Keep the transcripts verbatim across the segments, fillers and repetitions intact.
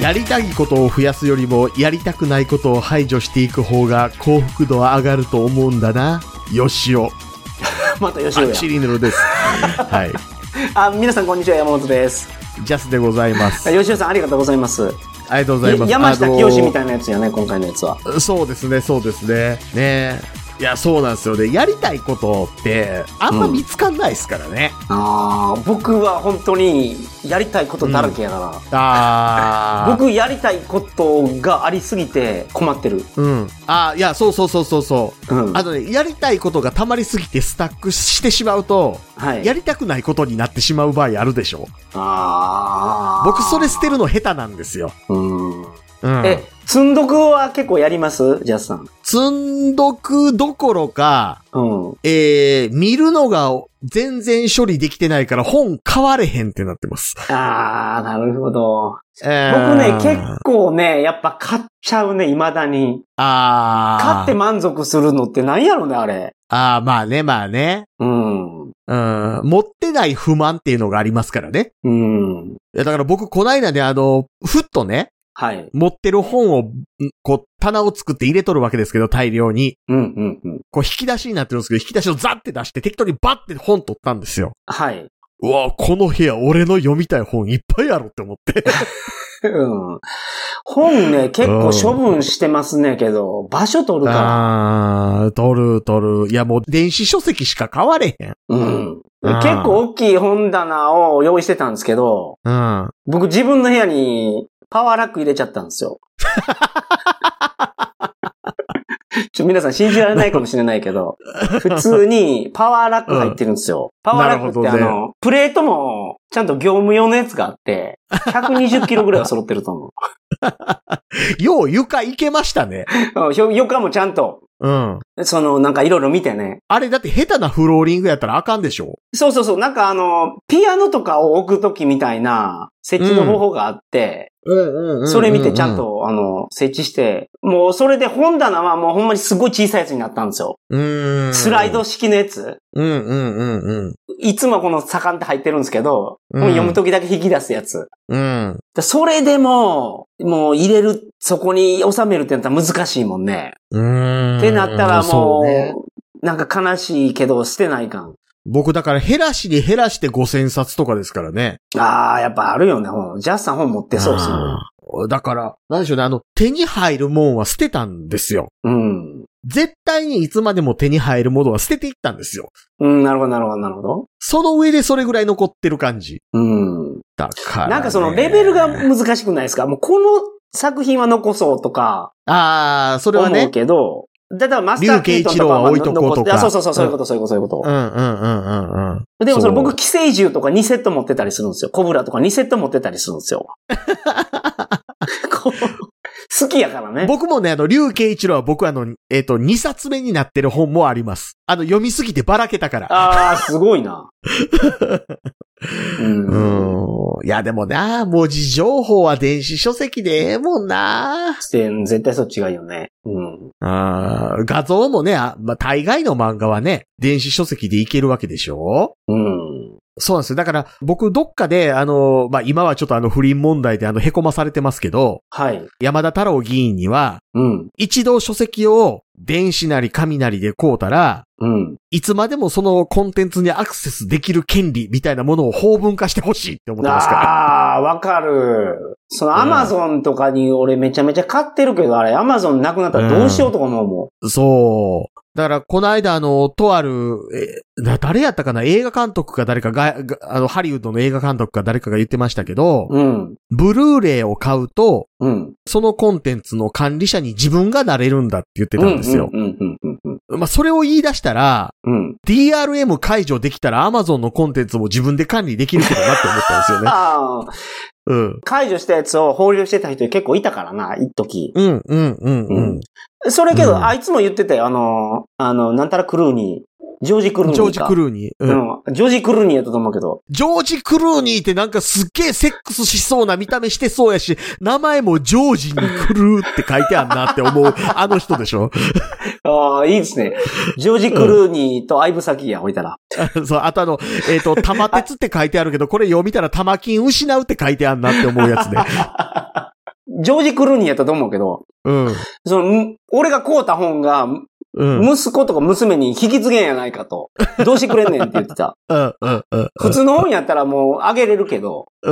やりたいことを増やすよりもやりたくないことを排除していく方が幸福度は上がると思うんだな。よしお。 またよしおや。 シリヌルです。はい。 あ、皆さんこんにちは、山本です。 ジャスでございます。 よしおさんありがとうございます。 ありがとうございます。 山下清みたいなやつやね、今回のやつは。 そうですね、そうですね。ねえ。いや、そうなんですよね。やりたいことって、あんま見つかんないですからね。 うん、ああ、僕は本当に、やりたいことだらけやから。うん、ああ。僕、やりたいことがありすぎて困ってる。 うん。ああ、いや、そうそうそうそうそう。うん、あのね、やりたいことがたまりすぎてスタックしてしまうと、はい、やりたくないことになってしまう場合あるでしょ。ああ。僕、それ捨てるの下手なんですよ。うん。うん、 え、積んどくは結構やりますジャスさん。 積んどくどころか、うん、えー、見るのが全然処理できてないから本買われへんってなってます。 あー、なるほど。えー、僕ね、結構ね、やっぱ買っちゃうね、未だに。あー。買って満足するのって何やろね、あれ。 あー、まあね、まあね。うん。うん。持ってない不満っていうのがありますからね。うん。いや、だから僕、こないだね、あの、ふっとね、はい。持ってる本を、こう、棚を作って入れとるわけですけど、大量に。うんうんうん。こう、引き出しになってるんですけど、引き出しをザって出して、適当にバッて本取ったんですよ。はい。うわ、この部屋、俺の読みたい本いっぱいあるって思って。 うん。本ね、結構処分してますね、けど、場所取るから。 ああ、取る取る。いや、もう、電子書籍しか買われへん。うん。 結構大きい本棚を用意してたんですけど、うん。僕自分の部屋に、パワーラック入れちゃったんですよ。ちょ、皆さん信じられないかもしれないけど、普通にパワーラック入ってるんですよ。うん、パワーラックってあの、ね、プレートもちゃんと業務用のやつがあって、ひゃくにじゅっキロぐらいは揃ってると思う。よう床行けましたね。 床もちゃんと。うん。その、なんかいろいろ見てね。 あれだって下手なフローリングやったらあかんでしょ？ そうそうそう。なんかあの、ピアノとかを置くときみたいな設置の方法があって、うん、それ見てちゃんと、あの、設置して、もうそれで本棚はもうほんまにすごい小さいやつになったんですよ。うん。スライド式のやつ。うんうんうんうん。いつもこの盛んって入ってるんですけど、うん、読むときだけ引き出すやつ。うん。それでも、もう入れる、そこに収めるってなったら難しいもんね。うん。ってなったらもう、ね、なんか悲しいけど捨てないかん。 僕だから減らしに減らしてごせんさつとかですからね。 ああ、やっぱあるよね、本。ジャスさん本持ってそうですよ。 だから、なんでしょうね、あの、手に入るもんは捨てたんですよ。うん。絶対にいつまでも手に入るものは捨てていったんですよ。 うん、なるほど、なるほど、なるほど。 その上でそれぐらい残ってる感じ。うん。だから、ね。 なんかそのレベルが難しくないですか？もうこの作品は残そうとか。ああ、それはね。思うけど、だからマスター・キートンとかは置いとこうとか。 そうそうそう、そういうこと、そういうこと、そういうこと。 うんうんうんうんうん。 でもそれ僕、寄生獣とかにセット持ってたりするんですよ。コブラとかにセット持ってたりするんですよ。好きやからね。 僕もね、あの、竜慶一郎は僕あの、えっと、にさつめになってる本もあります。あの、読みすぎてばらけたから。 ああ、すごいな。 うん、うん。いや、でもな、文字情報は電子書籍でええもんな。 絶対そっちがいいよね。うん。 あ画像もね、まあ、大概の漫画はね、電子書籍でいけるわけでしょ？うん。そうなんですよ。だから、僕、どっかで、あの、まあ、今はちょっとあの、不倫問題であの、凹まされてますけど、はい。山田太郎議員には、うん。一度書籍を、電子なり紙なりで買うたら、うん。いつまでもそのコンテンツにアクセスできる権利みたいなものを法文化してほしいって思ってますから。 ああ、わかる。そのアマゾンとかに俺めちゃめちゃ買ってるけど、あれアマゾンなくなったらどうしようとか思うもん。 うん、そう。だから、この間、あの、とある、え、誰やったかな映画監督か誰かが、あの、ハリウッドの映画監督か誰かが言ってましたけど、うん。ブルーレイを買うと、うん。そのコンテンツの管理者に自分がなれるんだって言ってたんですよ。うん、うん、うん、うん、うん。まあ、それを言い出したら、うん。ディーアールエム 解除できたら Amazon のコンテンツも自分で管理できるけどなって思ったんですよね。ああ。うん。 解除したやつを放流してた人結構いたからな、一時。 うん、うん、うん、うん。 それけど、うん、あいつも言ってたよ、あの、あの、なんたらクルーニー。ジョージ・クルーニーか。 ジョージ・クルーニー。 うん。うん、ジョージ・クルーニーやったと思うけど。 ジョージ・クルーニーってなんかすっげえセックスしそうな見た目してそうやし、名前もジョージにクルーって書いてあんなって思う、あの人でしょ。 ああ、いいですね。ジョージ・クルーニーと相武咲や、置いたら。 そう、あとあの、えっ、ー、と、玉鉄って書いてあるけど、これ読みたら玉金失うって書いてあんなって思うやつね。 ジョージ・クルーニーやったと思うけど、 うん。 その、俺が買うた本が、うん、息子とか娘に引き継げんやないかと。どうしてくれんねんって言ってた。うんうんうん、普通の本やったらもうあげれるけど、うん、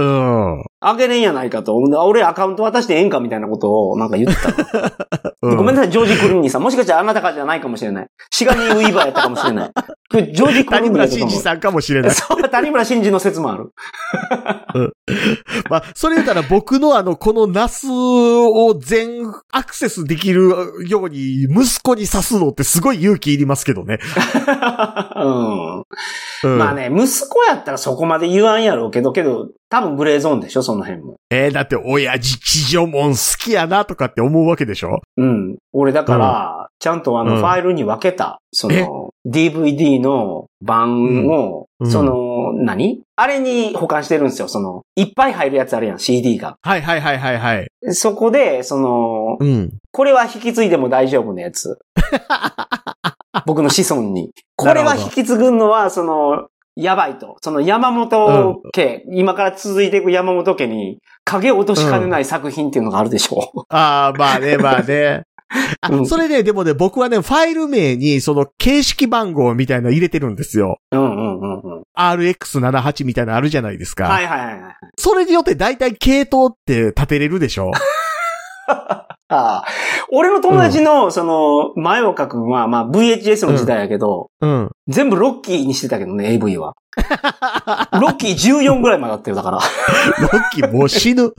あげれんやないかと。俺アカウント渡してええんかみたいなことをなんか言ってた、うん。ごめんなさい、ジョージ・クルーニーさん。もしかしたらあなたかじゃないかもしれない。シガニー・ウィーバーやったかもしれない。ジョージ・クルーニー。谷村新司さんかもしれない。 そう、谷村新司の説もある。 うん、まあ、それ言ったら僕のあの、このナスを全アクセスできるように息子に刺すのってすごい勇気いりますけどね。 うんうん、まあね、息子やったらそこまで言わんやろうけど、けど、多分グレーゾーンでしょ、その辺も。 えー、だって親父、地上もん好きやなとかって思うわけでしょ？ うん。俺だから、うん、ちゃんとあの、ファイルに分けた、その、ディーブイディー の版を、うん、その、何？あれに保管してるんですよ、その、いっぱい入るやつあるやん、シーディー が。 はいはいはいはいはい。 そこで、その、うん、これは引き継いでも大丈夫なやつ。僕の子孫に。これは引き継ぐのは、その、やばいと。その山本家、うん、今から続いていく山本家に影を落としかねない作品っていうのがあるでしょう。うん、 ああ、まあね、まあね。あ、うん、それね、でもね、僕はね、ファイル名にその形式番号みたいなの入れてるんですよ。うんうんうんうん。アールエックスななじゅうはち みたいなのあるじゃないですか。 はいはいはい。 それによって大体系統って立てれるでしょ。 ああ、俺の友達の、その、前岡くんは、まあ ブイエイチエス の時代やけど、うんうん、全部ロッキーにしてたけどね、エーブイ は。ロッキーじゅうよんぐらいまでだったよ、だから。 ロッキーもう死ぬ。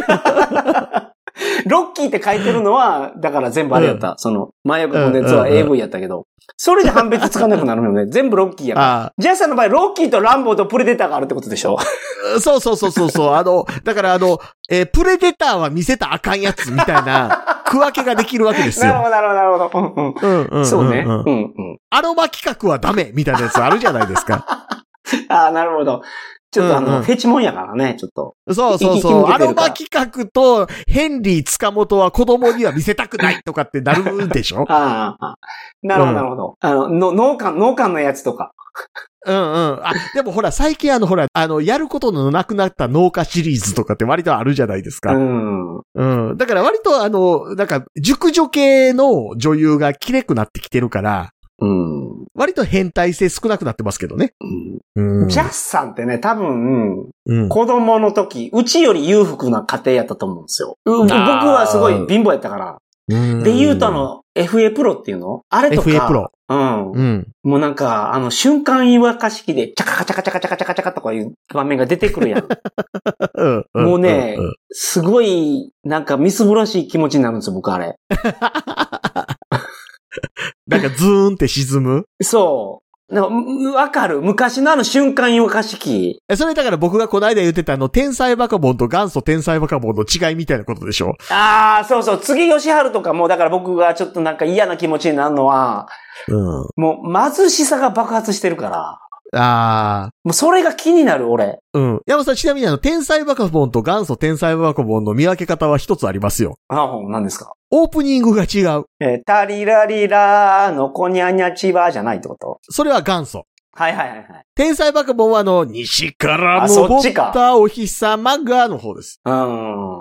ロッキーって書いてるのは、だから全部あれやった。うん、その、前岡くんのやつは エーブイ やったけど、それで判別つかなくなるのね。全部ロッキーやから。ジャスさんの場合、ロッキーとランボーとプレデターがあるってことでしょ？ そうそうそうそうそう。あの、だからあの、えー、プレデターは見せたらあかんやつみたいな、区分けができるわけですよ。 なるほど、なるほど、なるほど。うんうん。うんうん、そうね。うんうん。 アロマ企画はダメみたいなやつあるじゃないですか。 ああ、なるほど。ちょっとあの、うんうん、フェチモンやからね、ちょっと。 そうそうそう。アロマ企画とヘンリー塚本は子供には見せたくないとかってなるでしょ？ああ、 なるほど、なるほど。あの、の農家、農家のやつとか。 うんうん。あ、でもほら、最近あの、ほら、あの、やることのなくなった農家シリーズとかって割とあるじゃないですか。うん。うん。だから割とあの、なんか、熟女系の女優が綺麗くなってきてるから、うん。割と変態性少なくなってますけどね。 うん。うん、ジャスさんってね、多分、うん、子供の時、うちより裕福な家庭やったと思うんですよ。僕はすごい貧乏やったから。で言うとあの、エフエー プロっていうのあれとか。エフエー プロ。うん。うん。もうなんか、あの、瞬間湯沸かし器で、チャカチャカチャカチャカチャカチャカとかいう場面が出てくるやん。うん、もうね、うんうん、すごい、なんかみすぼらしい気持ちになるんですよ、僕あれ。 なんかズーンって沈む？ そう。なんかわかる。昔のあの瞬間湯沸かし器。 それだから僕がこの間言ってたあの、天才バカボンと元祖天才バカボンの違いみたいなことでしょ？ ああ、そうそう。次吉春とかも、だから僕がちょっとなんか嫌な気持ちになるのは、うん、もう貧しさが爆発してるから。ああ。もうそれが気になる、俺。 うん。山本さん、ちなみにあの、天才バカボンと元祖天才バカボンの見分け方は一つありますよ。 ああ、何ですか？ オープニングが違う。 えー、タリラリラーのコニャニャチバーじゃないってこと？ それは元祖。 はいはいはいはい。 天才バカボンはあの、西から昇ったお日様がの方です。うん。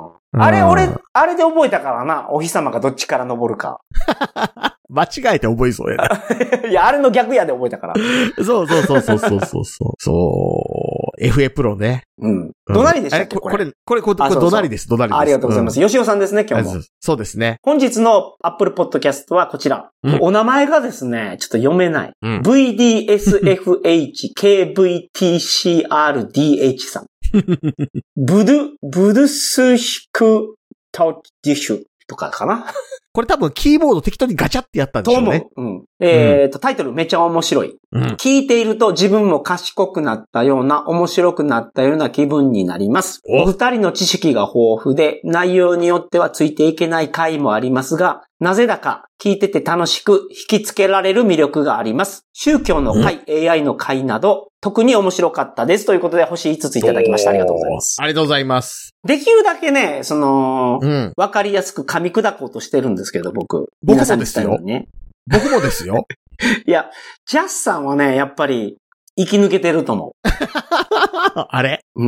あれ、俺、あれで覚えたからな。お日様がどっちから昇るか。 間違えて覚えそうやな。 いや、あれの逆やで覚えたから。 そうそうそうそうそうそう。そう。エフエー プロね。 うん。どなりでしたっけ、これ。 これ、これ、これ、これどなりです、どなりです。 ありがとうございます。吉尾さんですね、今日も。 そうですね。 本日の Apple Podcast はこちら。お名前がですね、ちょっと読めない。ブイディーエスエフエイチケーブイティーシーアールディーエイチ さん。ブドゥ、ブドゥスシクタウディッシュとかかな。 これ多分キーボード適当にガチャってやったんでしょうね。と思う。 うん。えっと、タイトルめっちゃ面白い。うん。聞いていると自分も賢くなったような、面白くなったような気分になります。お二人の知識が豊富で、内容によってはついていけない回もありますが、なぜだか聞いてて楽しく引きつけられる魅力があります。宗教の回、うん、エーアイ の回など、特に面白かったです。ということで、星いつついただきました。ありがとうございます。 ありがとうございます。 できるだけね、その、うん、わかりやすく噛み砕こうとしてるんですけど、僕。 僕もですよ。ね、僕もですよ。 いや、ジャスさんはね、やっぱり、生き抜けてると思う。 あれうん。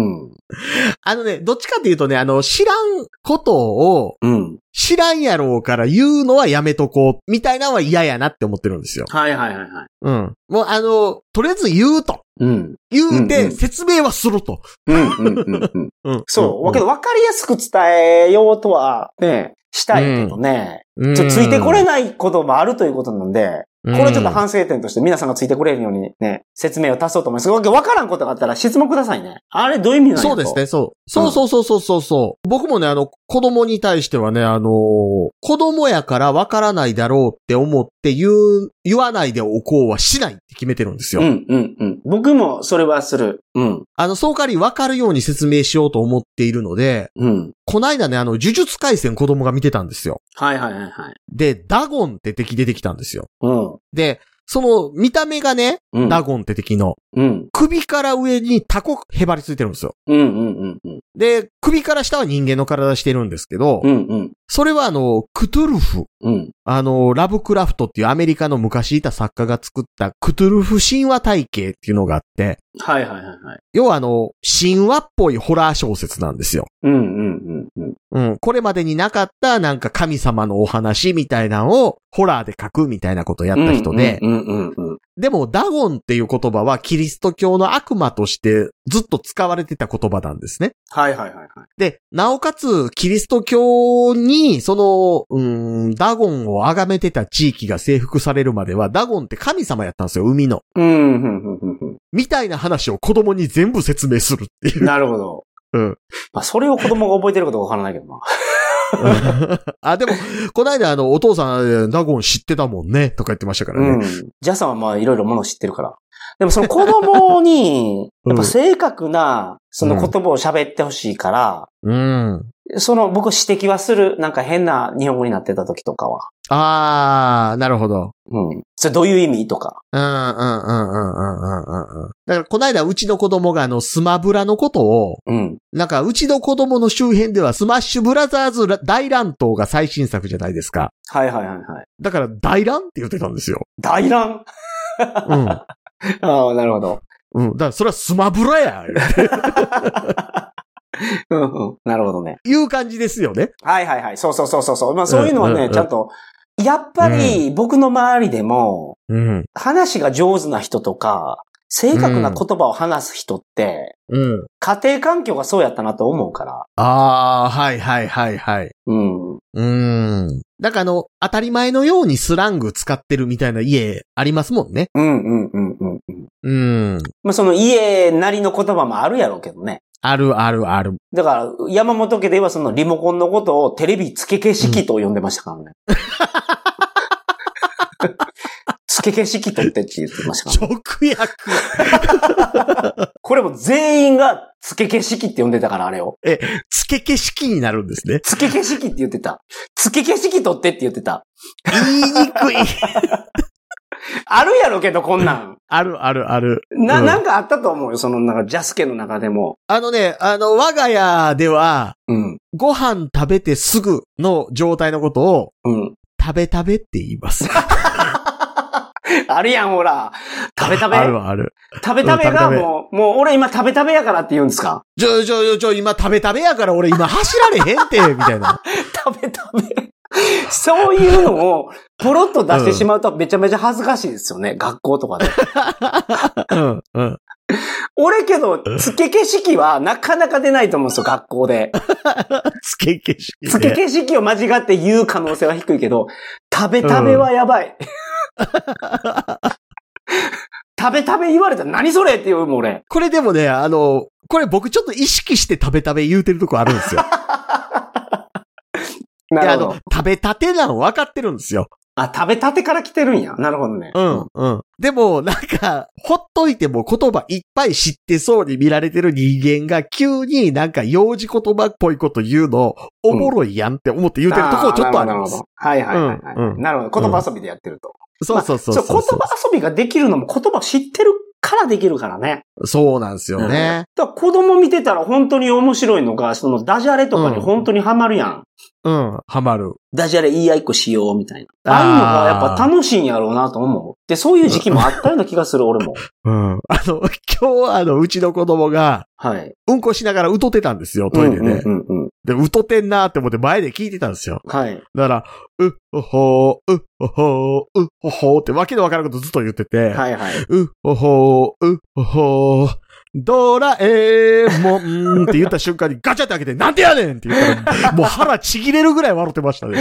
あのね、どっちかっていうとね、あの、知らんことを、うん。知らんやろうから言うのはやめとこう、みたいなのは嫌やなって思ってるんですよ。 はいはいはいはい。 うん。もうあの、とりあえず言うと。うん。言うて、説明はすると。 うんうんうんうん。うん。そう。けど分かりやすく伝えようとは、ね、したいけどね。うん、ちょっとついてこれないこともあるということなんで、これちょっと反省点として皆さんがついてこれるようにね、説明を足そうと思います。わからんことがあったら質問くださいね。あれどういう意味なの？ そうですね、そう。そうそうそうそうそうそう、うん。僕もね、あの、子供に対してはね、あのー、子供やからわからないだろうって思って言う、言わないでおこうはしないって決めてるんですよ。 うんうんうん。僕もそれはする。うん。 あの、そうかわりわかるように説明しようと思っているので、うん。こないだね、あの、呪術廻戦子供が見てたんですよ。 はいはいはいはい。 で、ダゴンって敵出てきたんですよ。うん。で、その見た目がね、うん、ダゴンって敵の、うん、首から上にタコへばりついてるんですよ。うんうんうんうん、で、首から下は人間の体してるんですけど、うんうん、それはあの、クトゥルフ、うん、あの、ラブクラフトっていうアメリカの昔いた作家が作ったクトゥルフ神話体系っていうのがあって、 はいはいはいはい。 要はあの、神話っぽいホラー小説なんですよ。うんうんうんうん。うん。これまでになかったなんか神様のお話みたいなのをホラーで書くみたいなことをやった人で、うんうんうんうん、でもダゴンっていう言葉はキリスト教の悪魔としてずっと使われてた言葉なんですね。 はいはいはいはい。 で、なおかつキリスト教にその、うーん、ダゴンを崇めてた地域が征服されるまではダゴンって神様やったんですよ、海の。うんうんうんうん、みたいな話を子供に全部説明するっていう。 なるほど。うん。まあ、それを子供が覚えてることはわからないけどな。 あ、でも、この間あの、お父さん、ダゴン知ってたもんね、とか言ってましたからね。うん。 ジャさんはまあ、いろいろもの知ってるから。でもその子供に、やっぱ正確な、その言葉を喋ってほしいから、うん。その、僕指摘はする、なんか変な日本語になってた時とかは。 あー、なるほど。 うん。それどういう意味とか。 うん、うん、うん、うん、うん、うん、うん。だから、この間、うちの子供があの、スマブラのことを、うん。なんか、うちの子供の周辺では、スマッシュブラザーズ大乱闘が最新作じゃないですか。 はいはいはいはい。 だから、大乱って言ってたんですよ。 大乱うん。ああ、なるほど。 うん。だから、それはスマブラやうんうん、なるほどね。 いう感じですよね。 はいはいはい。そうそうそうそう。まあそういうのはね、うんうんうん、ちゃんと、やっぱり僕の周りでも、うん、話が上手な人とか、正確な言葉を話す人って、うん、家庭環境がそうやったなと思うから。 ああ、はいはいはいはい。うん。うん。だからあの、当たり前のようにスラング使ってるみたいな家ありますもんね。 うんうんうんうんうん。うん。まあその家なりの言葉もあるやろうけどね。 あるあるある。 だから、山本家ではそのリモコンのことをテレビ付け消し器と呼んでましたからね。うん、付け消し器取ってって言ってましたからね。 直訳。 これも全員が付け消し器って呼んでたから、あれを。 え、付け消し器になるんですね。 付け消し器って言ってた。付け消し器取ってって言ってた。 言いにくい。 あるやろけど、こんなん。 あるあるある。 な、うん、なんかあったと思うよ、その、なんか、ジャスケの中でも。 あのね、あの、我が家では、うん、ご飯食べてすぐの状態のことを、うん、食べ食べって言います。 あるやん、ほら。食べ食べ。 あるある。 食べ食べがもう、もう俺今食べ食べやからって言うんですか？ ちょ、ちょ、ちょ、今食べ食べやから俺今走られへんって、みたいな。 食べ食べ。そういうのを、ポロッと出してしまうとめちゃめちゃ恥ずかしいですよね。うん、学校とかで。うん、うん。俺けど、付け消し器はなかなか出ないと思うんですよ、学校で。 付け消し器、ね。 付け消し器を間違って言う可能性は低いけど、食べ食べはやばい。うん、食べ食べ言われたら何それって言うもん俺。 これでもね、あの、これ僕ちょっと意識して食べ食べ言うてるとこあるんですよ。なるほど。いや、あの、食べたてなの分かってるんですよ。 あ、食べたてから来てるんや。なるほどね。 うん、うん。でも、なんか、ほっといても言葉いっぱい知ってそうに見られてる人間が急になんか幼児言葉っぽいこと言うの、おもろいやんって思って言うてるところちょっとあるんです。 なるほど。はいはいはい、はいうんうん。なるほど。言葉遊びでやってると。 そうそうそうそう、 まあ。そう、言葉遊びができるのも言葉知ってるからできるからね。 そうなんですよね。 うん、だから子供見てたら本当に面白いのが、そのダジャレとかに本当にハマるやん。 うん、うん、ハマる。 ダジャレ言い合いっこしようみたいな。ああいうのがやっぱ楽しいんやろうなと思う。で、そういう時期もあったような気がする、俺も。 うん。あの、今日あの、うちの子供が、 はい。 うんこしながら歌ってたんですよ、トイレで。うんうんうん、で、歌ってんなーって思って前で聞いてたんですよ。 はい。 だから、うっほー、うっほー、うっほーってわけのわからんことずっと言ってて。 はいはい。 うっほー、うっほー。ドラえもんって言った瞬間にガチャって開けてなんでやねんって言ったらもう腹ちぎれるぐらい笑ってましたね。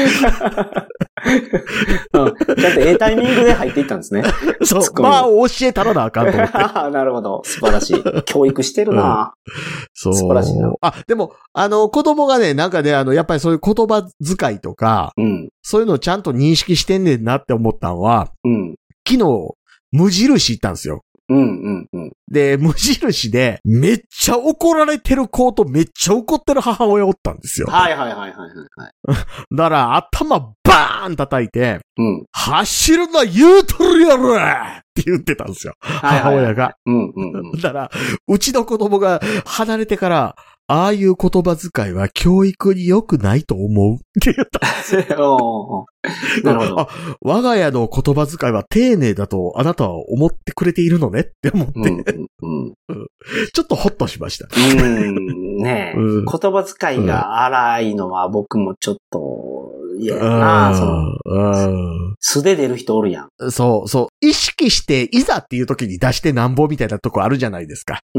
うん、ちゃんとええタイミングで入っていったんですね。 そう。まあ教えたらなあかんと思って。 なるほど。素晴らしい。教育してるな、うん、 そう。 素晴らしいな。 あ、でも、あの、子供がね、なんかね、あの、やっぱりそういう言葉遣いとか、うん、そういうのをちゃんと認識してんねんなって思ったのは、うん、昨日、無印行ったんですよ。 うんうんうん。 で、無印で、めっちゃ怒られてる子とめっちゃ怒ってる母親おったんですよ。 はいはいはいはいはい。 だから、頭バーン叩いて、うん、走るな言うとるやろって言ってたんですよ。はいはいはい、母親が。うんうんうん、だから、うちの子供が離れてから、ああいう言葉遣いは教育に良くないと思うって言ったんですよ。なるほど。あ、我が家の言葉遣いは丁寧だとあなたは思ってくれているのねって思って、うんうんうん、ちょっとホッとしました。 うんねえ、うん、言葉遣いが荒いのは僕もちょっと嫌やな、その素で出る人おるやん。そうそう。意識していざっていう時に出してなんぼみたいなとこあるじゃないですか。 うん。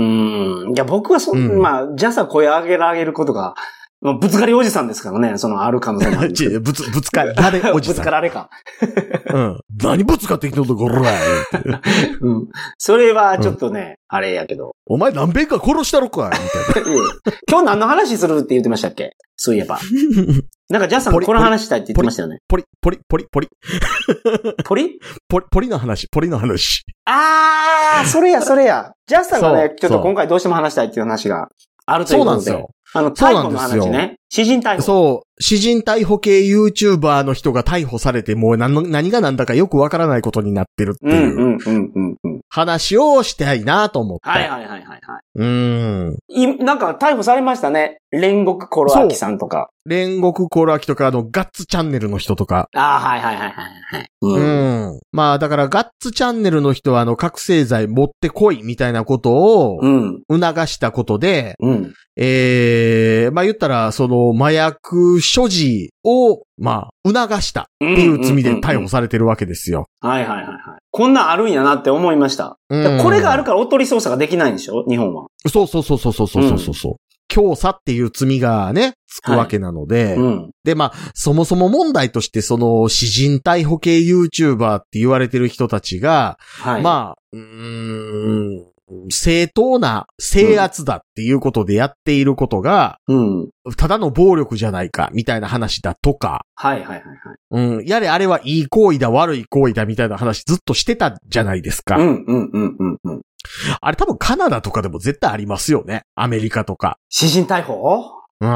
いや僕はそ、うん、まあじゃあさ声上げられることがぶつかりおじさんですからね、そのある可能性もあるんですけど。 ぶつ、ぶつかり、誰おじさん。 ぶつかられか。 うん。何ぶつかってきとんのこらうん。それはちょっとね、うん、あれやけど。 お前何遍か殺したろかみたいな。 今日何の話するって言ってましたっけ？そういえば。なんかジャスさんこの話したいって言ってましたよね。 ポリ、ポリ、ポリ、ポリ。 ポリポリ、ポリの話、ポリの話。 あー、それや、それや。ジャスさんがね、ちょっと今回どうしても話したいっていう話があるということで。そうなんですよ。あの、逮捕の話ね。詩人逮捕。 そう。詩人逮捕系 YouTuber の人が逮捕されて、もう何の、何が何だかよくわからないことになってるっていう。うんうんうんうんうん。話をしたいなと思って。 はいはいはいはい、はい。 うーん。 い、なんか逮捕されましたね。煉獄コロアキさんとか。 煉獄コロアキとか、あの、ガッツチャンネルの人とか。 ああ、はいはいはいはい。 うん。うん。まあ、だからガッツチャンネルの人は、あの、覚醒剤持ってこいみたいなことを、うん。促したことで、うん。ええー、まあ言ったら、その、麻薬所持を、まあ、促したっていう罪で逮捕されてるわけですよ。 はいはいはいはい。こんなんあるんやなって思いました。うん、これがあるからおとり捜査ができないんでしょ日本は。 そうそうそうそうそうそうそうそう。うん、教唆っていう罪がね、つくわけなので、はいうん、で、まあ、そもそも問題として、その、詩人逮捕系 YouTuber って言われてる人たちが、はい、まあ、うーん、正当な制圧だっていうことでやっていることが、うん、ただの暴力じゃないか、みたいな話だとか、 はいはいはいはい。 うん、やれあれはいい行為だ、悪い行為だ、みたいな話ずっとしてたじゃないですか。 うんうんうんうんうん。 あれ多分カナダとかでも絶対ありますよね。アメリカとか。 詩人逮捕？うん。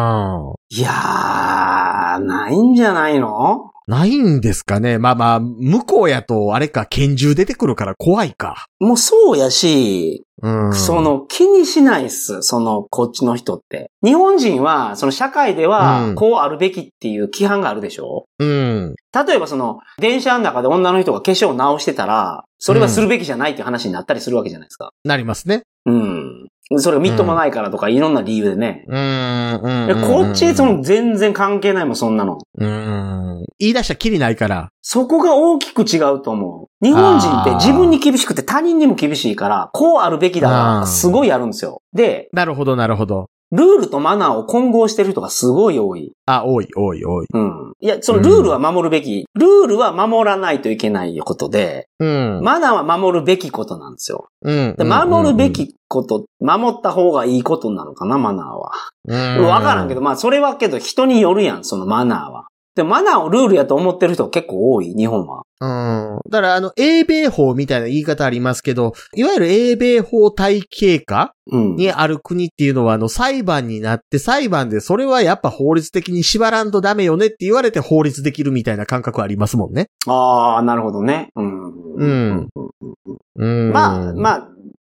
いやー、ないんじゃないの？ ないんですかね。まあまあ、向こうやと、あれか、拳銃出てくるから怖いか。 もうそうやし、うん、その、気にしないっす。その、こっちの人って。日本人は、その社会では、こうあるべきっていう規範があるでしょ？うん。例えばその、電車の中で女の人が化粧を直してたら、それはするべきじゃないっていう話になったりするわけじゃないですか。 なりますね。 うん。それがみっともないからとか、いろんな理由でね。うん。うん。こっち、その、全然関係ないもん、そんなの。 うん。言い出したらキリないから。 そこが大きく違うと思う。日本人って自分に厳しくて他人にも厳しいから、こうあるべきだが、すごいあるんですよ。で、 なるほど、なるほど。 ルールとマナーを混合してる人がすごい多い。 あ、多い、多い、多い。 うん。いや、そのルールは守るべき。うん、ルールは守らないといけないことで、うん、マナーは守るべきことなんですよ。うん、で守るべきこと、守った方がいいことなのかな、マナーは。うん、わからんけど、まあ、それはけど人によるやん、そのマナーは。でマナーをルールやと思ってる人結構多い、日本は。 うん。だから、あの、英米法みたいな言い方ありますけど、いわゆる英米法体系下にある国っていうのは、あの、裁判になって、裁判でそれはやっぱ法律的に縛らんとダメよねって言われて法律できるみたいな感覚ありますもんね。 ああ、なるほどね。うん。 うん。 うん、まあ、まあ、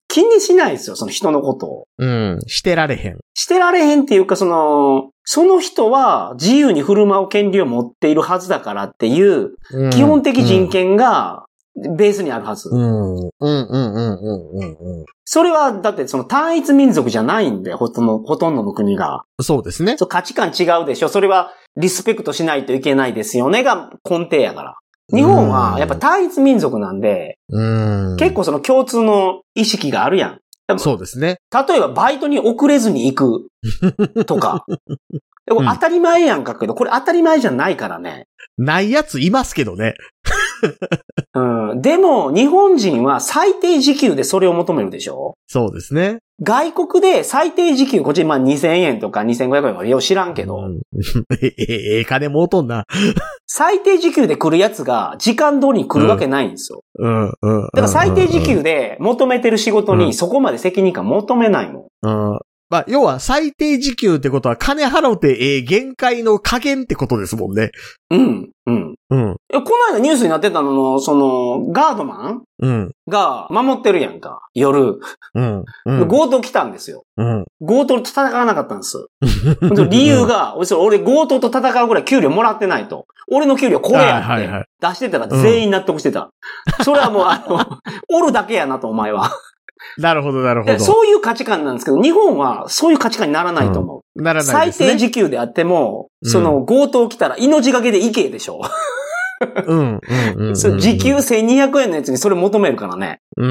気にしないですよ、その人のことを。 うん。してられへん。 してられへんっていうか、その、その人は自由に振る舞う権利を持っているはずだからっていう、基本的人権がベースにあるはず。うん。うん、うん、うん、うん、うん。それは、だってその単一民族じゃないんで、ほとんど、ほとんどの国が。 そうですね。 そう、価値観違うでしょ。それはリスペクトしないといけないですよねが根底やから。日本はやっぱ単一民族なんで、うん結構その共通の意識があるやん。 そうですね。 例えばバイトに遅れずに行くとか。でも当たり前やんかけど、これ当たり前じゃないからね。 ないやついますけどね。 うん、でも日本人は最低時給でそれを求めるでしょ？ そうですね。 外国で最低時給、こっちまあにせんえんとかにせんごひゃくえんとかよう知らんけど。うん、 え、ええ金もうとんな。 最低時給で来るやつが時間通りに来るわけないんですよ。うん、うん、うん。だから最低時給で求めてる仕事にそこまで責任感求めないもん。うん。 まあ、要は最低時給ってことは金払うてええ限界の加減ってことですもんね。 うん、うん。うん。この間ニュースになってたのの、その、ガードマンうん。が守ってるやんか。夜。うん。うん、強盗来たんですよ。うん。強盗と戦わなかったんです。理由が、うん、俺強盗と戦うぐらい給料もらってないと。俺の給料これやって出してたら全員納得してた。うん、それはもうあの、おるだけやなとお前は。 なるほど、なるほど。 そういう価値観なんですけど、日本はそういう価値観にならないと思う。うん、ならないですね。最低時給であっても、その強盗来たら命がけで行けでしょ。うん、うん、うん。時給せんにひゃくえんのやつにそれ求めるからね。うん。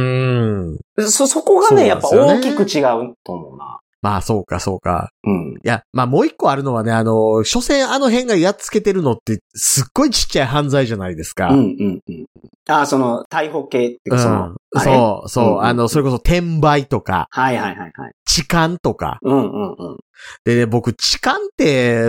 そ、そこがね、やっぱ大きく違うと思うな。 まあ、そうか、そうか。うん。いや、まあ、もう一個あるのはね、あの、所詮あの辺がやっつけてるのって、すっごいちっちゃい犯罪じゃないですか。うん、 うん、うん。ああ、その、逮捕系っていうか、その、 うん、そう、そう、うんうん、あの、それこそ転売とか。 はいはいはいはい。 痴漢とか。 うんうんうん。 でね、僕、痴漢って、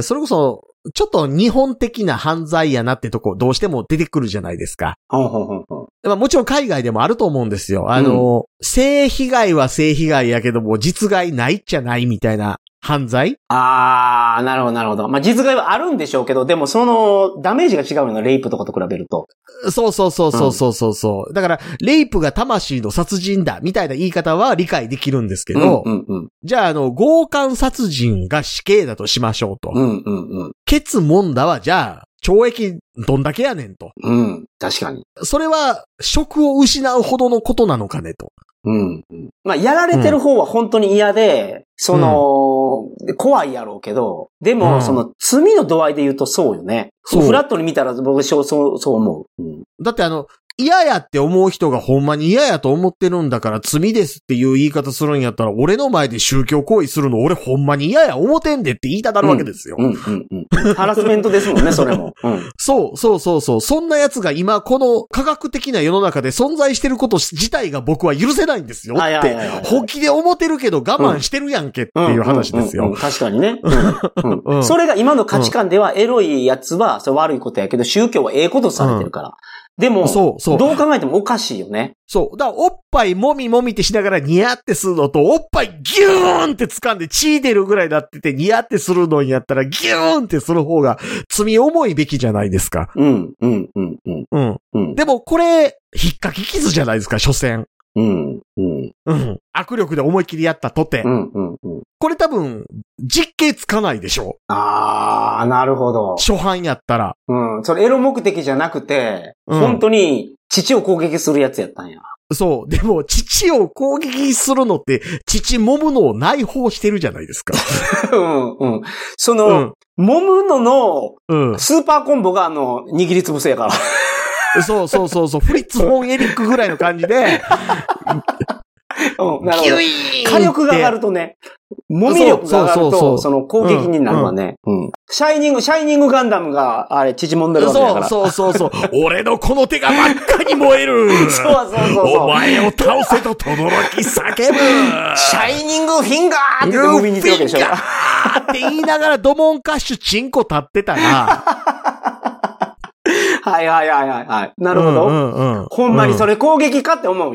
それこそ、ちょっと日本的な犯罪やなってとこ、どうしても出てくるじゃないですか。ほうほうほうほう。まあもちろん海外でもあると思うんですよ。あの、うん、性被害は性被害やけども、実害ないっちゃないみたいな犯罪？ あー、なるほどなるほど。まあ実害はあるんでしょうけど、でもその、ダメージが違うの、レイプとかと比べると。 そうそうそうそうそうそうそう、うん。だから、レイプが魂の殺人だ、みたいな言い方は理解できるんですけど、うんうんうん、じゃあ、あの、強姦殺人が死刑だとしましょうと。うんうんうん、ケツもんだは、じゃあ、懲役どんだけやねんと。 うん、確かに。 それは、職を失うほどのことなのかねと。 うん。まあ、やられてる方は本当に嫌で、うん、その、うん、怖いやろうけど、でも、うん、その、罪の度合いで言うとそうよね。そう。フラットに見たら僕、そう、そう思う。うん、 だってあの、嫌やって思う人がほんまに嫌やと思ってるんだから罪ですっていう言い方するんやったら、俺の前で宗教行為するの俺ほんまに嫌や思てんでって言いただるわけですよ。うん、うん、 うん。ハラスメントですもんね、それも。うん、 そう、そうそうそう。そんな奴が今、この科学的な世の中で存在してること自体が僕は許せないんですよって、本気で思ってるけど我慢してるやんけっていう話ですよ。 確かにね、うんうん。それが今の価値観ではエロい奴はそれ悪いことやけど、宗教はええことされてるから。うんでも、そうそう。どう考えてもおかしいよね。 そう。だから、おっぱいもみもみってしながらニヤってするのと、おっぱいギューンって掴んで血出るぐらいになっててニヤってするのにやったらギューンってする方が罪重いべきじゃないですか。うん、うん、うん、うん。うん。うん。でも、これ、引っかき傷じゃないですか、所詮。うん、うん。うん。握力で思いっきりやったとて。うん、うん、うん。これ多分、実刑つかないでしょ。 あー、なるほど。 初犯やったら。 うん。それエロ目的じゃなくて、うん、本当に父を攻撃するやつやったんや。 そう。でも、父を攻撃するのって、父揉むのを内包してるじゃないですか。 うん、うん。その、うん、揉むのの、うん、スーパーコンボがあの、握りつぶせやから。 そうそうそうそう、フリッツ・フォン・エリックぐらいの感じで、 うん、なるほど。火力が上がるとね、揉み力が上がると、その攻撃になるわね。うんうん。シャイニング、シャイニングガンダムが、あれ、縮もんでるわけだから。 そうそうそうそう。俺のこの手が真っ赤に燃える。 そうそうそうそう。 お前を倒せと轟き叫ぶ。 シャイニングフィンガーって呼びに行ってるわけでしょ。フィンガーって言いながらドモンカッシュチンコ立ってたら、 はいはいはいはいはい。なるほど。うんうんうん、ほんまにそれ攻撃かって思うよね。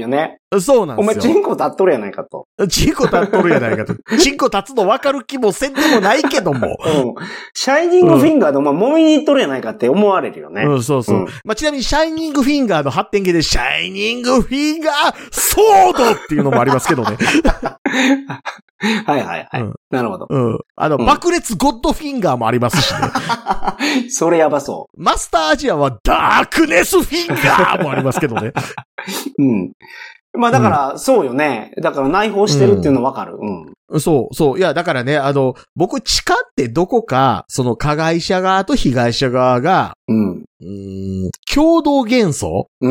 そうなんですよ。 お前、チンコ立っとるやないかと。 チンコ立っとるやないかと。チンコ立つの分かる気もせんでもないけども。 うん。シャイニングフィンガーでお前、揉みに行っとるやないかって思われるよね。 うん、そうそう。うん、まあ、ちなみに、シャイニングフィンガーの発展形で、シャイニングフィンガーソードっていうのもありますけどね。 はいはいはい。うん、なるほど。 うん。あの、うん、爆裂ゴッドフィンガーもありますしね。それやばそう。 マスターアジアはダークネスフィンガーもありますけどね。 うん。まあだから、うん、そうよね。だから内包してるっていうのわかる。うん。 うん、そう、そう。いや、だからね、あの、僕、地下ってどこか、その加害者側と被害者側が、うん。うーん共同幻想うん。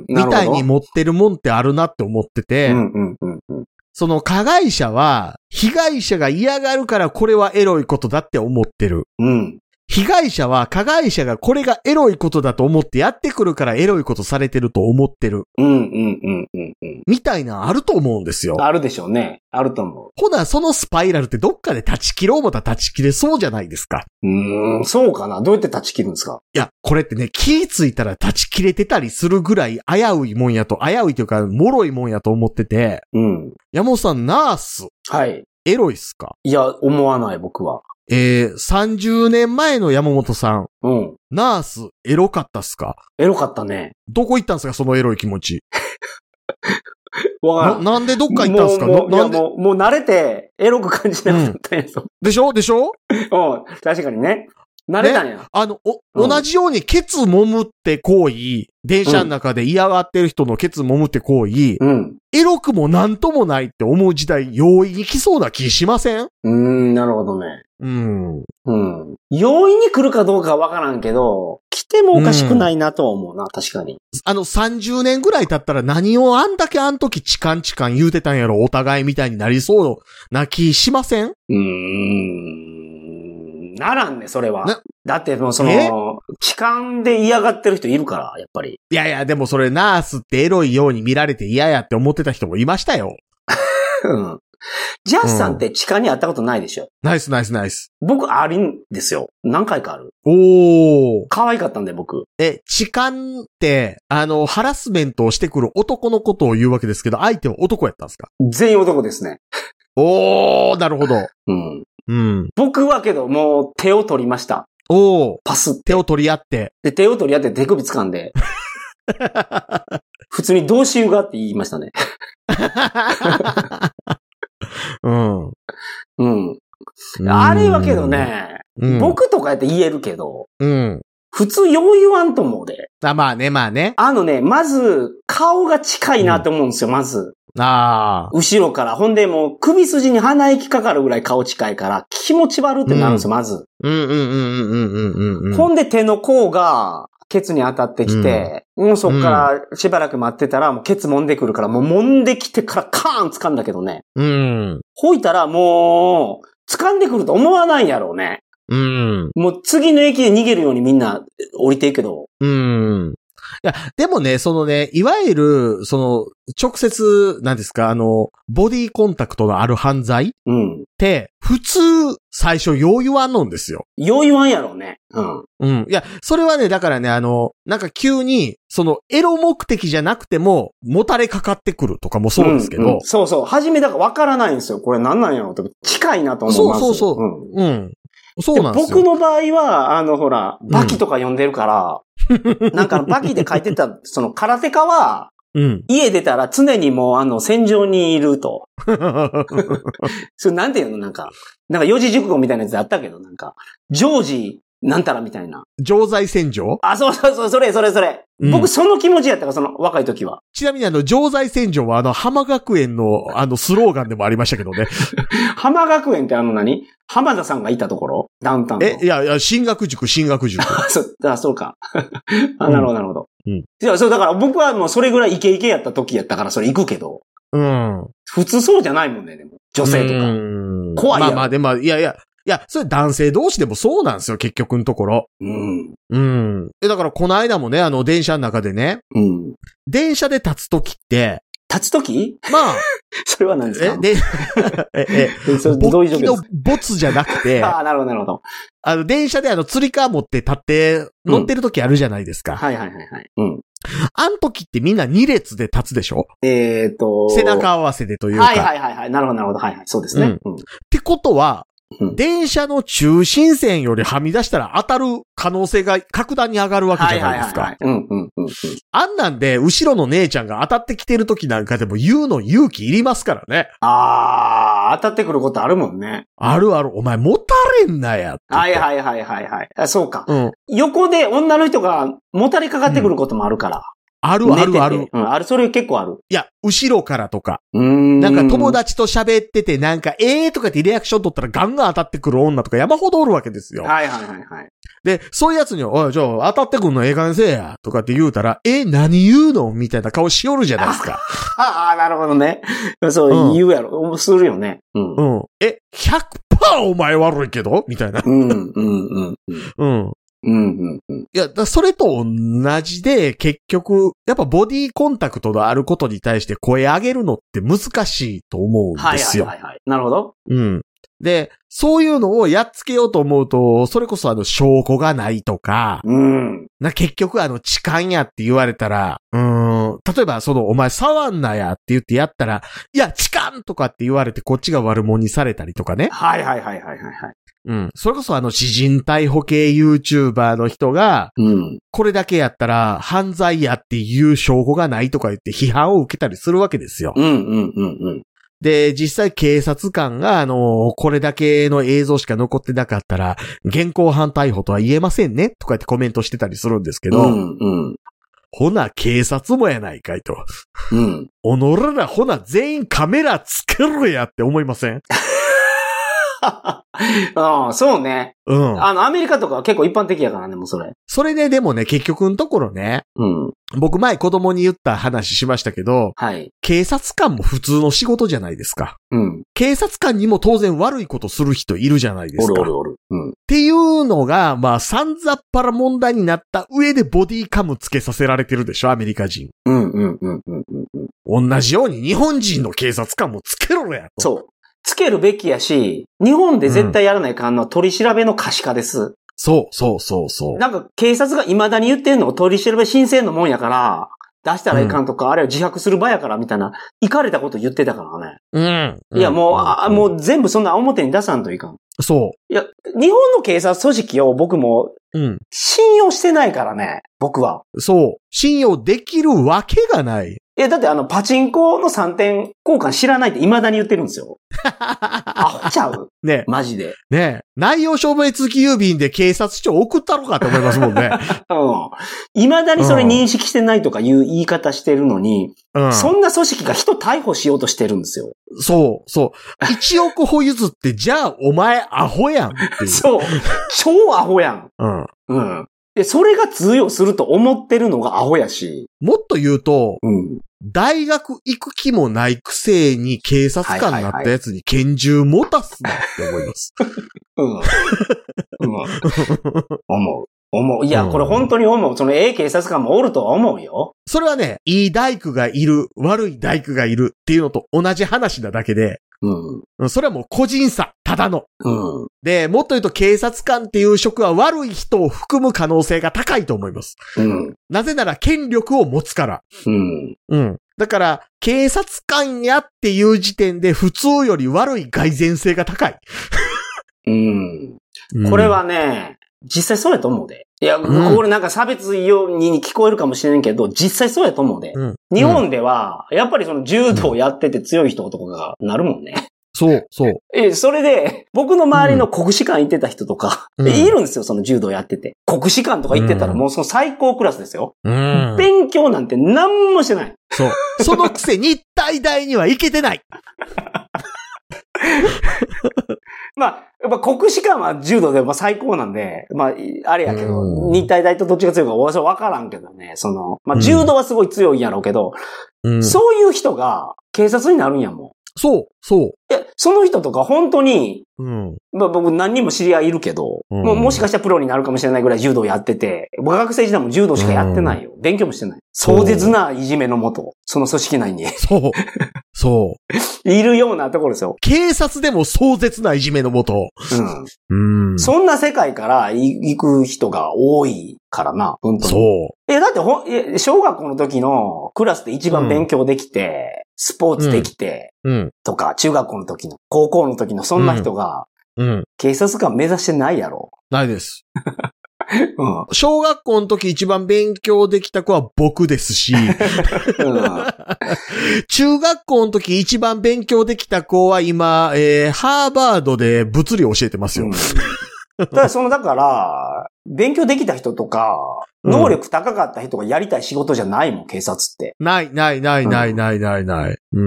みたいに持ってるもんってあるなって思ってて、うんうんうんうん。その加害者は、被害者が嫌がるからこれはエロいことだって思ってる。うん。被害者は加害者がこれがエロいことだと思ってやってくるからエロいことされてると思ってる。うんうんうんうんうん。みたいなあると思うんですよ。 あるでしょうね。あると思う。 ほな、そのスパイラルってどっかで断ち切ろう思ったら断ち切れそうじゃないですか。 うーん、そうかな。どうやって断ち切るんですか？ いや、これってね、気ついたら断ち切れてたりするぐらい危ういもんやと、危ういというか、脆いもんやと思ってて。うん。山本さん、ナース。はい。エロいっすか？ いや、思わない、僕は。 えー、さんじゅうねんまえの山本さん。うん。ナース、エロかったっすか？ エロかったね。 どこ行ったんすか、そのエロい気持ち。 わからん。 な、なんでどっか行ったんすか？ もう、もう、 なんでもう、もう慣れて、エロく感じなかったんやぞ、うん。 でしょでしょうん、確かにね。慣れたんや。ね、 あの、お、うん、同じようにケツ揉むって行為、電車の中で嫌がってる人のケツ揉むって行為、うん、エロくもなんともないって思う時代、容易に来そうな気しません？ うーん、なるほどね。うん。うん。容易に来るかどうかわからんけど、来てもおかしくないなとは思うな、うん、確かに。 あの、さんじゅうねんぐらい経ったら何をあんだけあん時チカンチカン言うてたんやろ、お互いみたいになりそうな気しません？うーん。ならんね、それは。だってもうその、痴漢で嫌がってる人いるから、やっぱり。 いやいや、でもそれナースってエロいように見られて嫌やって思ってた人もいましたよ。 うん。ジャスさんって痴漢に会ったことないでしょ？ ナイスナイスナイス。 僕あるんですよ。何回かある。 おー。 可愛かったんで僕。 え、痴漢って、あの、ハラスメントをしてくる男のことを言うわけですけど、相手は男やったんですか？ 全員男ですね。 おー、なるほど。うん。 うん。僕はけどもう手を取りました。 おー。 パスって。 手を取り合って。 で、手を取り合って手首掴んで。普通にどうしようがって言いましたね。うん。うん。あれはけどね、うん、僕とかやって言えるけど、うん。普通よう言わんと思うで。 あ、まあね、まあね。 あのね、まず、顔が近いなって思うんですよ、うん、まず。ああ。後ろから。ほんでもう、首筋に鼻息かかるぐらい顔近いから、気持ち悪ってなるんですよ、うん、まず。うんうんうんうんうんうんうん。ほんで手の甲が、ケツに当たってきて、うん、もうそっからしばらく待ってたら、もうケツ揉んでくるから、もう揉んできてからカーン掴んだけどね。うん。ほいたらもう、掴んでくると思わないんやろうね。うん。もう次の駅で逃げるようにみんな降りていくけど。うん。 いや、でもね、そのね、いわゆる、その、直接、なんですか、あの、ボディコンタクトのある犯罪うん。って、普通、最初、よう言わんのんですよ。 よう言わんやろうね。うん。 うん。いや、それはね、だからね、あの、なんか急に、その、エロ目的じゃなくても、もたれかかってくるとかもそうですけど。うんうん、 そうそう。初めだからわからないんですよ。これなんなんやろうって。近いなと思います。 そうそうそう。うん。うん。そうなんですよ。 僕の場合は、あの、ほら、バキとか読んでるから、うん、なんかバキで書いてた、その、空手家は、うん、家出たら常にもう、あの、戦場にいると。それなんていうのなんか、なんか四字熟語みたいなやつあったけど、なんか、常時、なんたらみたいな。 常在戦場？ あ、そうそうそう、それ、それ、それ。うん、僕、その気持ちやったから、その、若い時は。 ちなみに、あの、常在戦場は、あの、浜学園の、あの、スローガンでもありましたけどね。 浜学園ってあの何浜田さんがいたところダウンタウンの。 え、いや、いや、進学塾、進学塾。 そう、あ、そうか。あ、なるほど、なるほど。うん。いや、そう、だから僕はもうそれぐらいイケイケやった時やったから、それ行くけど。うん。普通そうじゃないもんね、でも。女性とか。うん。怖いやまあまあ、でも、いやいや、いや、それ男性同士でもそうなんですよ、結局のところ。うん。うん。え、だからこの間もね、あの、電車の中でね。うん。電車で立つときって、 立つときまあ。 それは何ですかえ、で、え、え、それどういう状況ですか？ボツじゃなくて。 ああ、なるほど、なるほど。 あの、電車であの、釣り革持って立って、乗ってるときあるじゃないですか。 うん、はいはいはいはい。うん。 あん時ってみんな二列で立つでしょ？ えっと。 背中合わせでというか。 はいはいはいはい。なるほどなるほど。はいはい。そうですね。 うん。ってことは、うん、電車の中心線よりはみ出したら当たる可能性が格段に上がるわけじゃないですか。あんなんで、後ろの姉ちゃんが当たってきてる時なんかでも言うの勇気いりますからね。 あー、当たってくることあるもんね。 あるある。お前持たれんなやって。 はいはいはいはいはい。あ、そうか。うん。横で女の人がもたれかかってくることもあるから。うん、 あるあるある。 うん、ある、それ結構ある。 いや、後ろからとか。うーん。なんか友達と喋ってて、なんか、えーとかってリアクション取ったらガンガン当たってくる女とか山ほどおるわけですよ。 はいはいはいはい。で、 そういうやつに、おい、じゃあ当たってくんのええ加減せえや、とかって言うたら、え、何言うのみたいな顔しよるじゃないですか。 ああ、なるほどね。そう、言うやろ。するよね。うん。 うん。え、ひゃくパーセント お前悪いけどみたいな。うん、うん、うん。うん。うんうんうん。いや、だそれと同じで、結局、やっぱボディコンタクトがあることに対して声上げるのって難しいと思うんですよ。 はいはいはい、はい。なるほど。 うん。で、そういうのをやっつけようと思うと、それこそあの証拠がないとか、うん。な結局あの痴漢やって言われたら、うーん、例えばそのお前触んなやって言ってやったら、いや痴漢とかって言われてこっちが悪者にされたりとかね。 はいはいはいはいはい。 うん。それこそあの、私人逮捕系 YouTuber の人が、うん。これだけやったら犯罪やっていう証拠がないとか言って批判を受けたりするわけですよ。 うんうんうんうん。 で、実際警察官があの、これだけの映像しか残ってなかったら、現行犯逮捕とは言えませんねとか言ってコメントしてたりするんですけど、うんうん。ほな、警察もやないかいと。うん。おのららほな、全員カメラつけろやって思いません？ ああ、そうね。うん。あの、アメリカとかは結構一般的やからね、もうそれ。 それででもね、結局のところね。うん。僕前子供に言った話しましたけど。はい。警察官も普通の仕事じゃないですか。うん。警察官にも当然悪いことする人いるじゃないですか。 おるおるおる。うん。 っていうのが、まあ、さんざっぱら問題になった上でボディカムつけさせられてるでしょ、アメリカ人。うんうんうんうんうん。同じように日本人の警察官もつけろやと。 そう。つけるべきやし、日本で絶対やらないかんのは取り調べの可視化です。うん、 そう、そう、そう、そう。 なんか警察が未だに言ってんのを取り調べ申請のもんやから、出したらいかんとか、うん、あれは自白する場やからみたいな、いかれたこと言ってたからね。うん。いや、もう、うん、あ、もう全部そんな表に出さんといかん。 そう。 いや、日本の警察組織を僕も、うん。信用してないからね、僕は。 そう。信用できるわけがない。 いや、だってあの、パチンコのさんてん交換知らないって未だに言ってるんですよ。アホちゃうね。マジで。 ねえ。内容証明付き郵便で警察署送ったろかって思いますもんね。 うん。未だにそれ認識してないとかいう言い方してるのに、うん、そんな組織が人逮捕しようとしてるんですよ。 そう、そう。いちおく歩譲って、じゃあお前アホやんっていう。 そう。超アホやん。うん。うん。で、それが通用すると思ってるのがアホやし。 もっと言うと、うん、大学行く気もないくせに警察官になったやつに拳銃持たすなって思います。うん。うん。 思う。思う。いや、これ本当に思う。そのええ警察官もおるとは思うよ。 それはね、いい大工がいる、悪い大工がいるっていうのと同じ話なだけで、うん。それはもう個人差、ただの。うん。で、もっと言うと警察官っていう職は悪い人を含む可能性が高いと思います。うん。なぜなら権力を持つから。うん。うん。だから、警察官やっていう時点で普通より悪い蓋然性が高い。 うん。これはね、実際そうやと思うで。いや、うん、これなんか差別ように聞こえるかもしれんけど、実際そうやと思うで。うん、日本では、やっぱりその柔道やってて強い人とかがなるもんね。 そう、そう。 え、それで、僕の周りの国士官行ってた人とか、うん、いるんですよ、その柔道やってて。国士官とか行ってたらもうその最高クラスですよ。うん、勉強なんて何もしてない。 そう。そのくせ日体大には行けてない。 まあ、やっぱ国士官は柔道でまあ最高なんで、まあ、あれやけど、日体大とどっちが強いか私は分からんけどね、その、まあ柔道はすごい強いんやろうけど、うん、そういう人が警察になるんやもん。 そう、そう。 いや、その人とか本当に、 うん。 まあ僕何人も知り合いいるけど、うん、もうもしかしたらプロになるかもしれないぐらい柔道やってて、僕学生時代も柔道しかやってないよ。うん、勉強もしてない。壮絶ないじめのもと、その組織内に。 そう。そう。 いるようなところですよ。 警察でも壮絶ないじめのもと。 うん。うん。そんな世界から行く人が多いからな、本当に。 そう。 え、だってほ、小学校の時のクラスで一番勉強できて、うん、スポーツできて、うん、とか、中学校の時の、高校の時のそんな人が、うん、警察官目指してないやろ。 ないです。うん、小学校の時一番勉強できた子は僕ですし、うん、中学校の時一番勉強できた子は今、えー、ハーバードで物理を教えてますよ。うん、 だからその、だから、勉強できた人とか、能力高かった人がやりたい仕事じゃないもん、警察って。 ない、ない、ない、ない、ない、ない、ない。うん。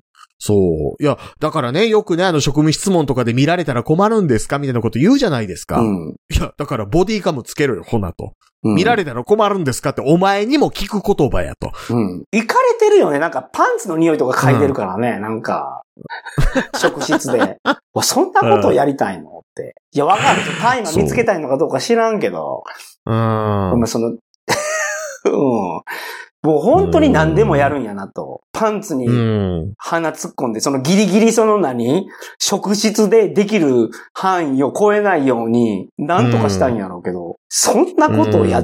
そう。いや、だからね、よくね、あの、職務質問とかで見られたら困るんですかみたいなこと言うじゃないですか。うん。いや、だからボディカムつけろよ、ほなと。うん、見られたら困るんですかってお前にも聞く言葉やと。 うん。行かれてるよね。なんかパンツの匂いとか嗅いでるからね。うん、なんか、職質で。そんなことをやりたいのって。いや、わかる。大麻見つけたいのかどうか知らんけど。うん。お前その、うん。もう本当に何でもやるんやなと。パンツに鼻突っ込んで、そのギリギリその何職質でできる範囲を超えないように、なんとかしたんやろうけど、そんなことをやって、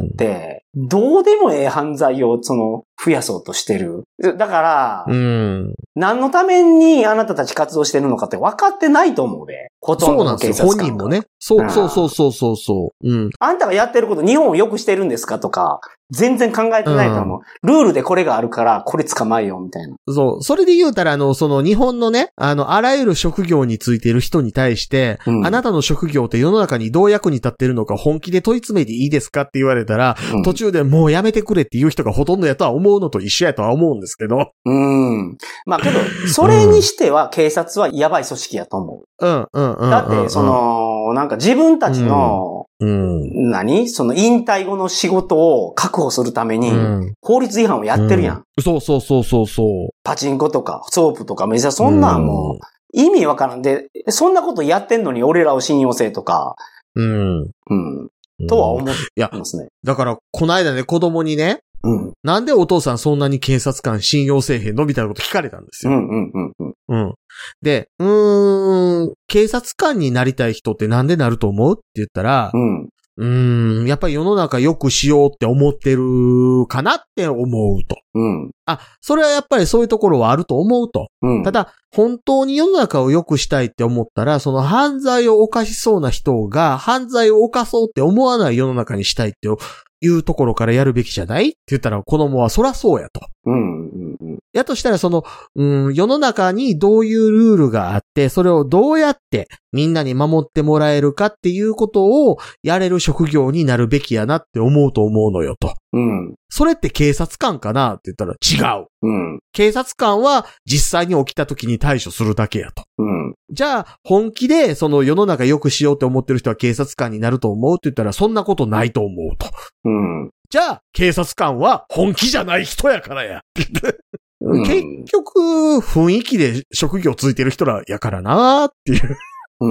どうでもええ犯罪をその増やそうとしてる。だから、何のためにあなたたち活動してるのかって分かってないと思うで。ほとんどの警察官が。そうなんですよ。本人もね。そうそうそうそうそうそう。うん。あんたがやってること日本を良くしてるんですかとか、全然考えてないと思う。うん、ルールでこれがあるから、これ捕まえようみたいな。 そう。それで言うたら、あの、その日本のね、あの、あらゆる職業についている人に対して、うん、あなたの職業って世の中にどう役に立ってるのか本気で問い詰めていいですかって言われたら、うん、途中でもうやめてくれっていう人がほとんどやとは思うのと一緒やとは思うんですけど。 うん。まあけど、それにしては警察はやばい組織やと思う。 うん、うん、うん。 だって、その、なんか自分たちの、うん、何その引退後の仕事を確保するために、法律違反をやってるやん。 うん、そうそうそうそうそう。 パチンコとか、ソープとか、めちゃそんなんもう、意味わからんで、そんなことやってんのに俺らを信用せえとか、うん。うん。とは思ってますね。いや、 だから、この間ね、子供にね、うん、なんでお父さんそんなに警察官信用せえへんのみたいなこと聞かれたんですよ。うんうんうんうん。うん。で、うーん、警察官になりたい人ってなんでなると思うって言ったら、うん。うーん、やっぱり世の中良くしようって思ってるかなって思うと。うん。あ、それはやっぱりそういうところはあると思うと。うん。ただ、本当に世の中を良くしたいって思ったら、その犯罪を犯しそうな人が犯罪を犯そうって思わない世の中にしたいっていうところからやるべきじゃないって言ったら子供はそらそうやと。うんうんうん、やとしたらその、うん、世の中にどういうルールがあって、それをどうやってみんなに守ってもらえるかっていうことをやれる職業になるべきやなって思うと思うのよと。うん。それって警察官かなって言ったら違う。うん。警察官は実際に起きた時に対処するだけやと。うん。じゃあ、本気でその世の中良くしようって思ってる人は警察官になると思うって言ったらそんなことないと思うと。うん。じゃあ、警察官は本気じゃない人やからや。うん、結局、雰囲気で職業ついてる人らやからなーっていう。 うん。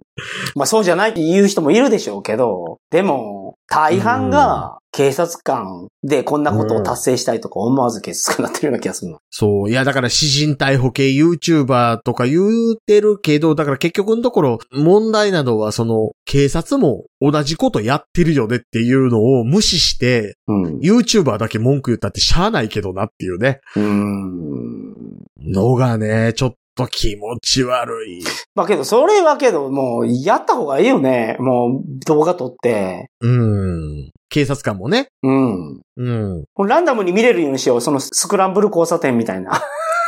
まあそうじゃないって言う人もいるでしょうけど、でも、大半が警察官でこんなことを達成したいとか思わず警察官になってるような気がするの。 そう。いや、だから詩人逮捕系 YouTuber とか言うてるけど、だから結局のところ問題などはその警察も同じことやってるよねっていうのを無視して、うん、YouTuber だけ文句言ったってしゃあないけどなっていうね。うーん。のがね、ちょっと気持ち悪い。 まあけど、それはけど、もう、やった方がいいよね。もう、動画撮って。 うん。警察官もね。うん。 うん。ランダムに見れるようにしよう。そのスクランブル交差点みたいな。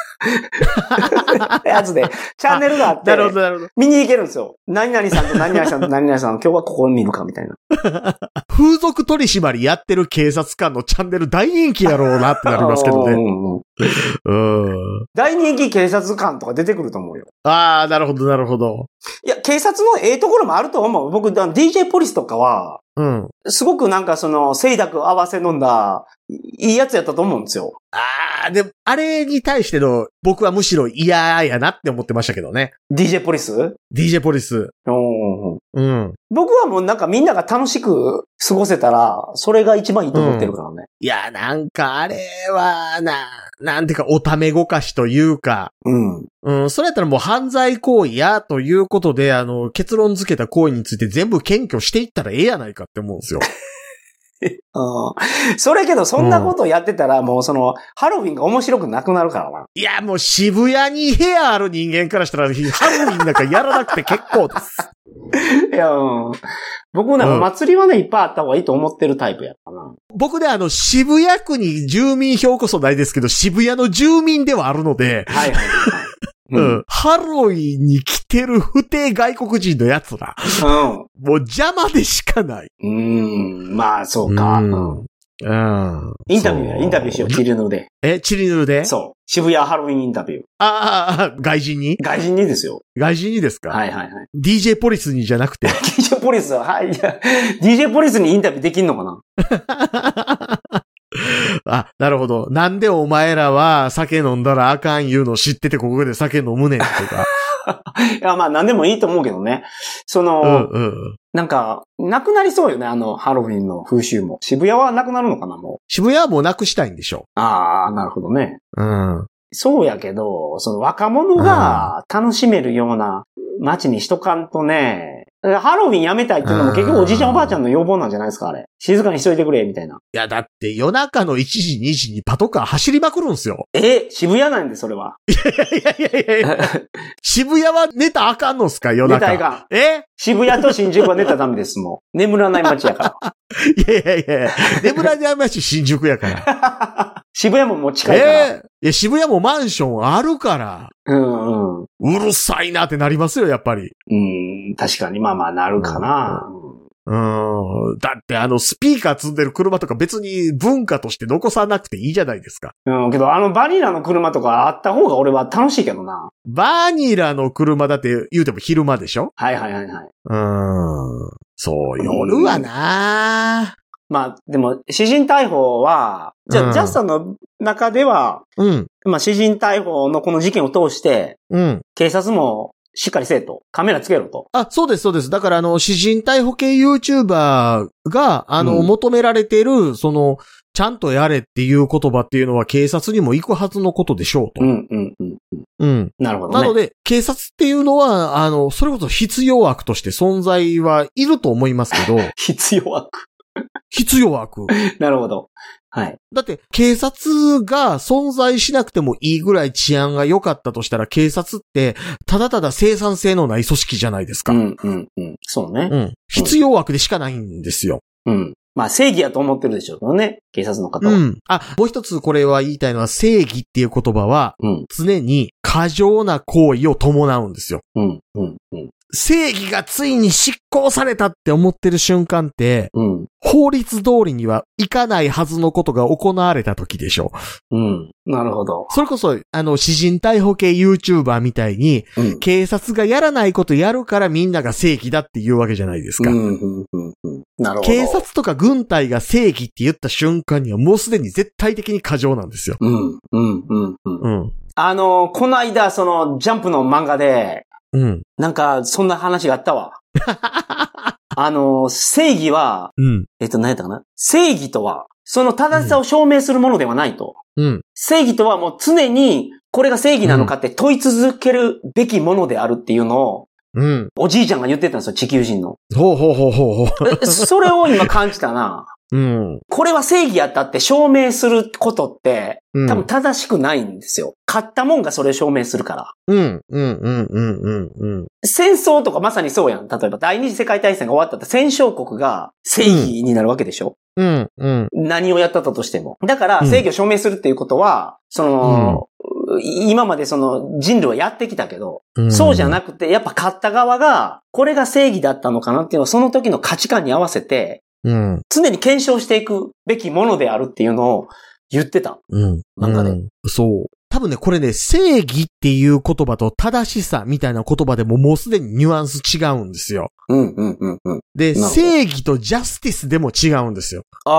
やつで、チャンネルがあって、なるほど、なるほど。見に行けるんですよ。何々さんと何々さんと何々さん、今日はここを見るかみたいな。 風俗取り締まりやってる警察官のチャンネル大人気やろうなってなりますけどね。うんうん、大人気警察官とか出てくると思うよ。 ああ、なるほど、なるほど。 いや、警察のええところもあると思う。僕、ディージェー ポリスとかは、うん。すごくなんかその、清濁合わせ飲んだ、いいやつやったと思うんですよ。 ああ、でも、あれに対しての僕はむしろ嫌やなって思ってましたけどね。 ディージェー ポリスディージェー ポリス。 おうん。 僕はもうなんかみんなが楽しく過ごせたら、それが一番いいと思ってるからね。うん、 いや、なんかあれは、な、なんていうか、おためごかしというか。 うん。 うん、それやったらもう犯罪行為や、ということで、あの、結論付けた行為について全部検挙していったらええやないかって思うんですよ。 うん、それけど、そんなことやってたら、もうその、ハロウィンが面白くなくなるからな。 いや、もう渋谷に部屋ある人間からしたら、ハロウィンなんかやらなくて結構です。 いや、うん、僕ね、お祭りはね、いっぱいあった方がいいと思ってるタイプやったな。 僕ね、あの、渋谷区に住民票こそないですけど、渋谷の住民ではあるので、 はいはいはい。 うん。ハロウィンに来てる不定外国人のやつら。うん。もう邪魔でしかない。 うーん。まあ、そうか。うん。うん、インタビューや、インタビューしよう、チリヌルで。 え、チリヌルで？ そう。渋谷ハロウィンインタビュー。 ああ、外人に？ 外人にですよ。 外人にですか？ はいはいはい。 ディージェー ポリスにじゃなくて。 ディージェー ポリスは、はい。いや、ディージェー ポリスにインタビューできんのかな？ あ、なるほど。なんでお前らは酒飲んだらあかん言うの知っててここで酒飲むねんとか。 いや、まあなんでもいいと思うけどね。その、うんうん、なんか、なくなりそうよね、あの、ハロウィンの風習も。渋谷はなくなるのかな、もう。 渋谷はもうなくしたいんでしょ。 ああ、なるほどね。 うん。 そうやけど、その若者が楽しめるような街にしとかんとね、ハロウィンやめたいっていうのも結局おじいちゃんおばあちゃんの要望なんじゃないですか、あれ。静かにしといてくれ、みたいな。 いや、だって夜中のいちじ、にじにパトカー走りまくるんすよ。 え、渋谷なんで、それは。 いやいやいやいや渋谷は寝たらあかんのっすか、夜中。 寝たらあかん。 え渋谷と新宿は寝たらダメです、もう。眠らない街やから。 いやいやいや眠らない街新宿やから。 渋谷ももう近いから。えー、いや、渋谷もマンションあるから。 うんうん。 うるさいなってなりますよ、やっぱり。 うん、確かに、まあまあなるかな。 うん、うん。だってあのスピーカー積んでる車とか別に文化として残さなくていいじゃないですか。 うん、けどあのバニラの車とかあった方が俺は楽しいけどな。 バニラの車だって言うても昼間でしょ？ はいはいはいはい。 うん。そう、夜はなぁ。 まあ、でも、私人逮捕は、じゃあ、うん、ジャスさんの中では、うん。まあ、私人逮捕のこの事件を通して、うん。警察もしっかりせえと。カメラつけろと。 あ、そうです、そうです。だから、あの、私人逮捕系 YouTuber が、あの、うん、求められている、その、ちゃんとやれっていう言葉っていうのは警察にも行くはずのことでしょうと。 うんうんうん。 うん。 なるほどね。 なので、警察っていうのは、あの、それこそ必要悪として存在はいると思いますけど。 必要悪必要悪。 なるほど。はい。 だって、警察が存在しなくてもいいぐらい治安が良かったとしたら、警察って、ただただ生産性のない組織じゃないですか。 うんうんうん。そうね。 うん。必要悪でしかないんですよ。 うん。まあ正義やと思ってるでしょうけどね。警察の方は。 うん。あ、もう一つこれは言いたいのは、正義っていう言葉は、うん、常に過剰な行為を伴うんですよ。 うん、うん、うん。 正義がついに執行されたって思ってる瞬間って、うん、法律通りにはいかないはずのことが行われた時でしょう。うん。なるほど。 それこそ、あの、私人逮捕系 YouTuber みたいに、うん、警察がやらないことやるからみんなが正義だって言うわけじゃないですか。うんうんうんうん、なるほど。警察とか軍隊が正義って言った瞬間にはもうすでに絶対的に過剰なんですよ。 うん、うん、うん、うん。うん。あの、この間、その、ジャンプの漫画で、うん。なんか、そんな話があったわ。あの、正義は、うん。えっと、何やったかな？正義とは、その正しさを証明するものではないと。うん。正義とはもう常に、これが正義なのかって問い続けるべきものであるっていうのを、うん。おじいちゃんが言ってたんですよ、地球人の。 ほうほうほうほうほう。それを今感じたな。うん。これは正義やったって証明することって、うん、多分正しくないんですよ。勝ったもんがそれを証明するから。 うん、うん、うん、うん、うん。 戦争とかまさにそうやん。例えば第二次世界大戦が終わったって戦勝国が正義になるわけでしょ。うん、うん。何をやったとしても。だから正義を証明するっていうことは、その、うん、今までその人類はやってきたけど、うん、そうじゃなくて、やっぱ勝った側が、これが正義だったのかなっていうのをその時の価値観に合わせて、うん、常に検証していくべきものであるっていうのを言ってた。うん。漫画で、うん。そう。 多分ね、これね、正義っていう言葉と正しさみたいな言葉でももうすでにニュアンス違うんですよ。 うんうんうんうん。 で、正義とジャスティスでも違うんですよ。 ああ、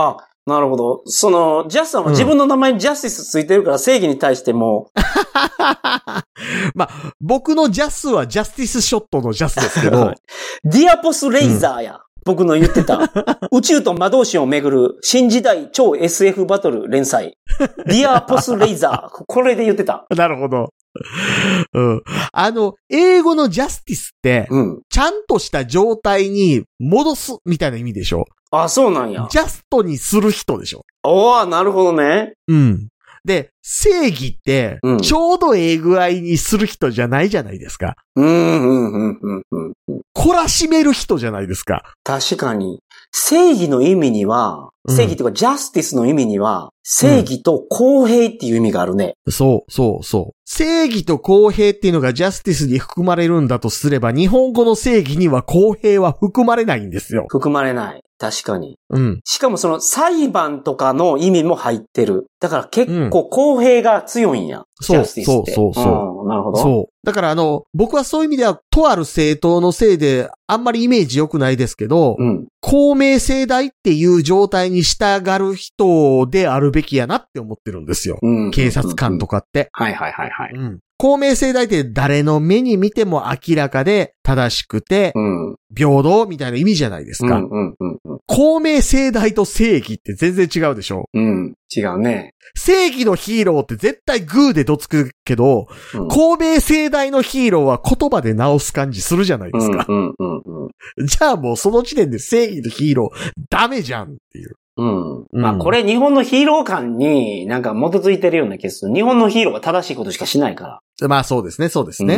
なるほど。その、ジャスさんは自分の名前にジャスティスついてるから正義に対しても。 まあ、僕のジャスはジャスティスショットのジャスですけど。 ディアポスレイザーや。うん、僕の言ってた。宇宙と魔導士をめぐる新時代超 エスエフ バトル連載。ディアポスレイザー。これで言ってた。 なるほど。うん。あの、英語のジャスティスって、うん、ちゃんとした状態に戻すみたいな意味でしょ。 あ、そうなんや。 ジャストにする人でしょ。 おー、なるほどね。 うん。で、正義って、ちょうどええ具合にする人じゃないじゃないですか。 うん、うん、うん、うん、うん。 懲らしめる人じゃないですか。 確かに。正義の意味には、正義というか、ジャスティスの意味には、正義と公平っていう意味があるね。 うん、そう、そう、そう。正義と公平っていうのがジャスティスに含まれるんだとすれば、日本語の正義には公平は含まれないんですよ。 含まれない。確かに。 うん。 しかもその裁判とかの意味も入ってる。だから結構公平が強いんや。うん、ジャスティスって。 そう、そう、そう。 うん、なるほど。 そう。だからあの、僕はそういう意味では、とある政党のせいで、あんまりイメージ良くないですけど、うん、公明正大っていう状態に従う人であるべきやなって思ってるんですよ。うん、警察官とかって。 はいはいはいはい。 うん公明正大って誰の目に見ても明らかで正しくて、うん、平等みたいな意味じゃないですか。うんうんうんうん、公明正大と正義って全然違うでしょ。 うん、違うね。 正義のヒーローって絶対グーでどつくけど、うん、公明正大のヒーローは言葉で直す感じするじゃないですか。うんうんうんうん、じゃあもうその時点で正義のヒーローダメじゃんっていう。 うん。まあこれ日本のヒーロー感になんか基づいてるようなケース。日本のヒーローが正しいことしかしないから。 まあそうですね、そうですね。うん、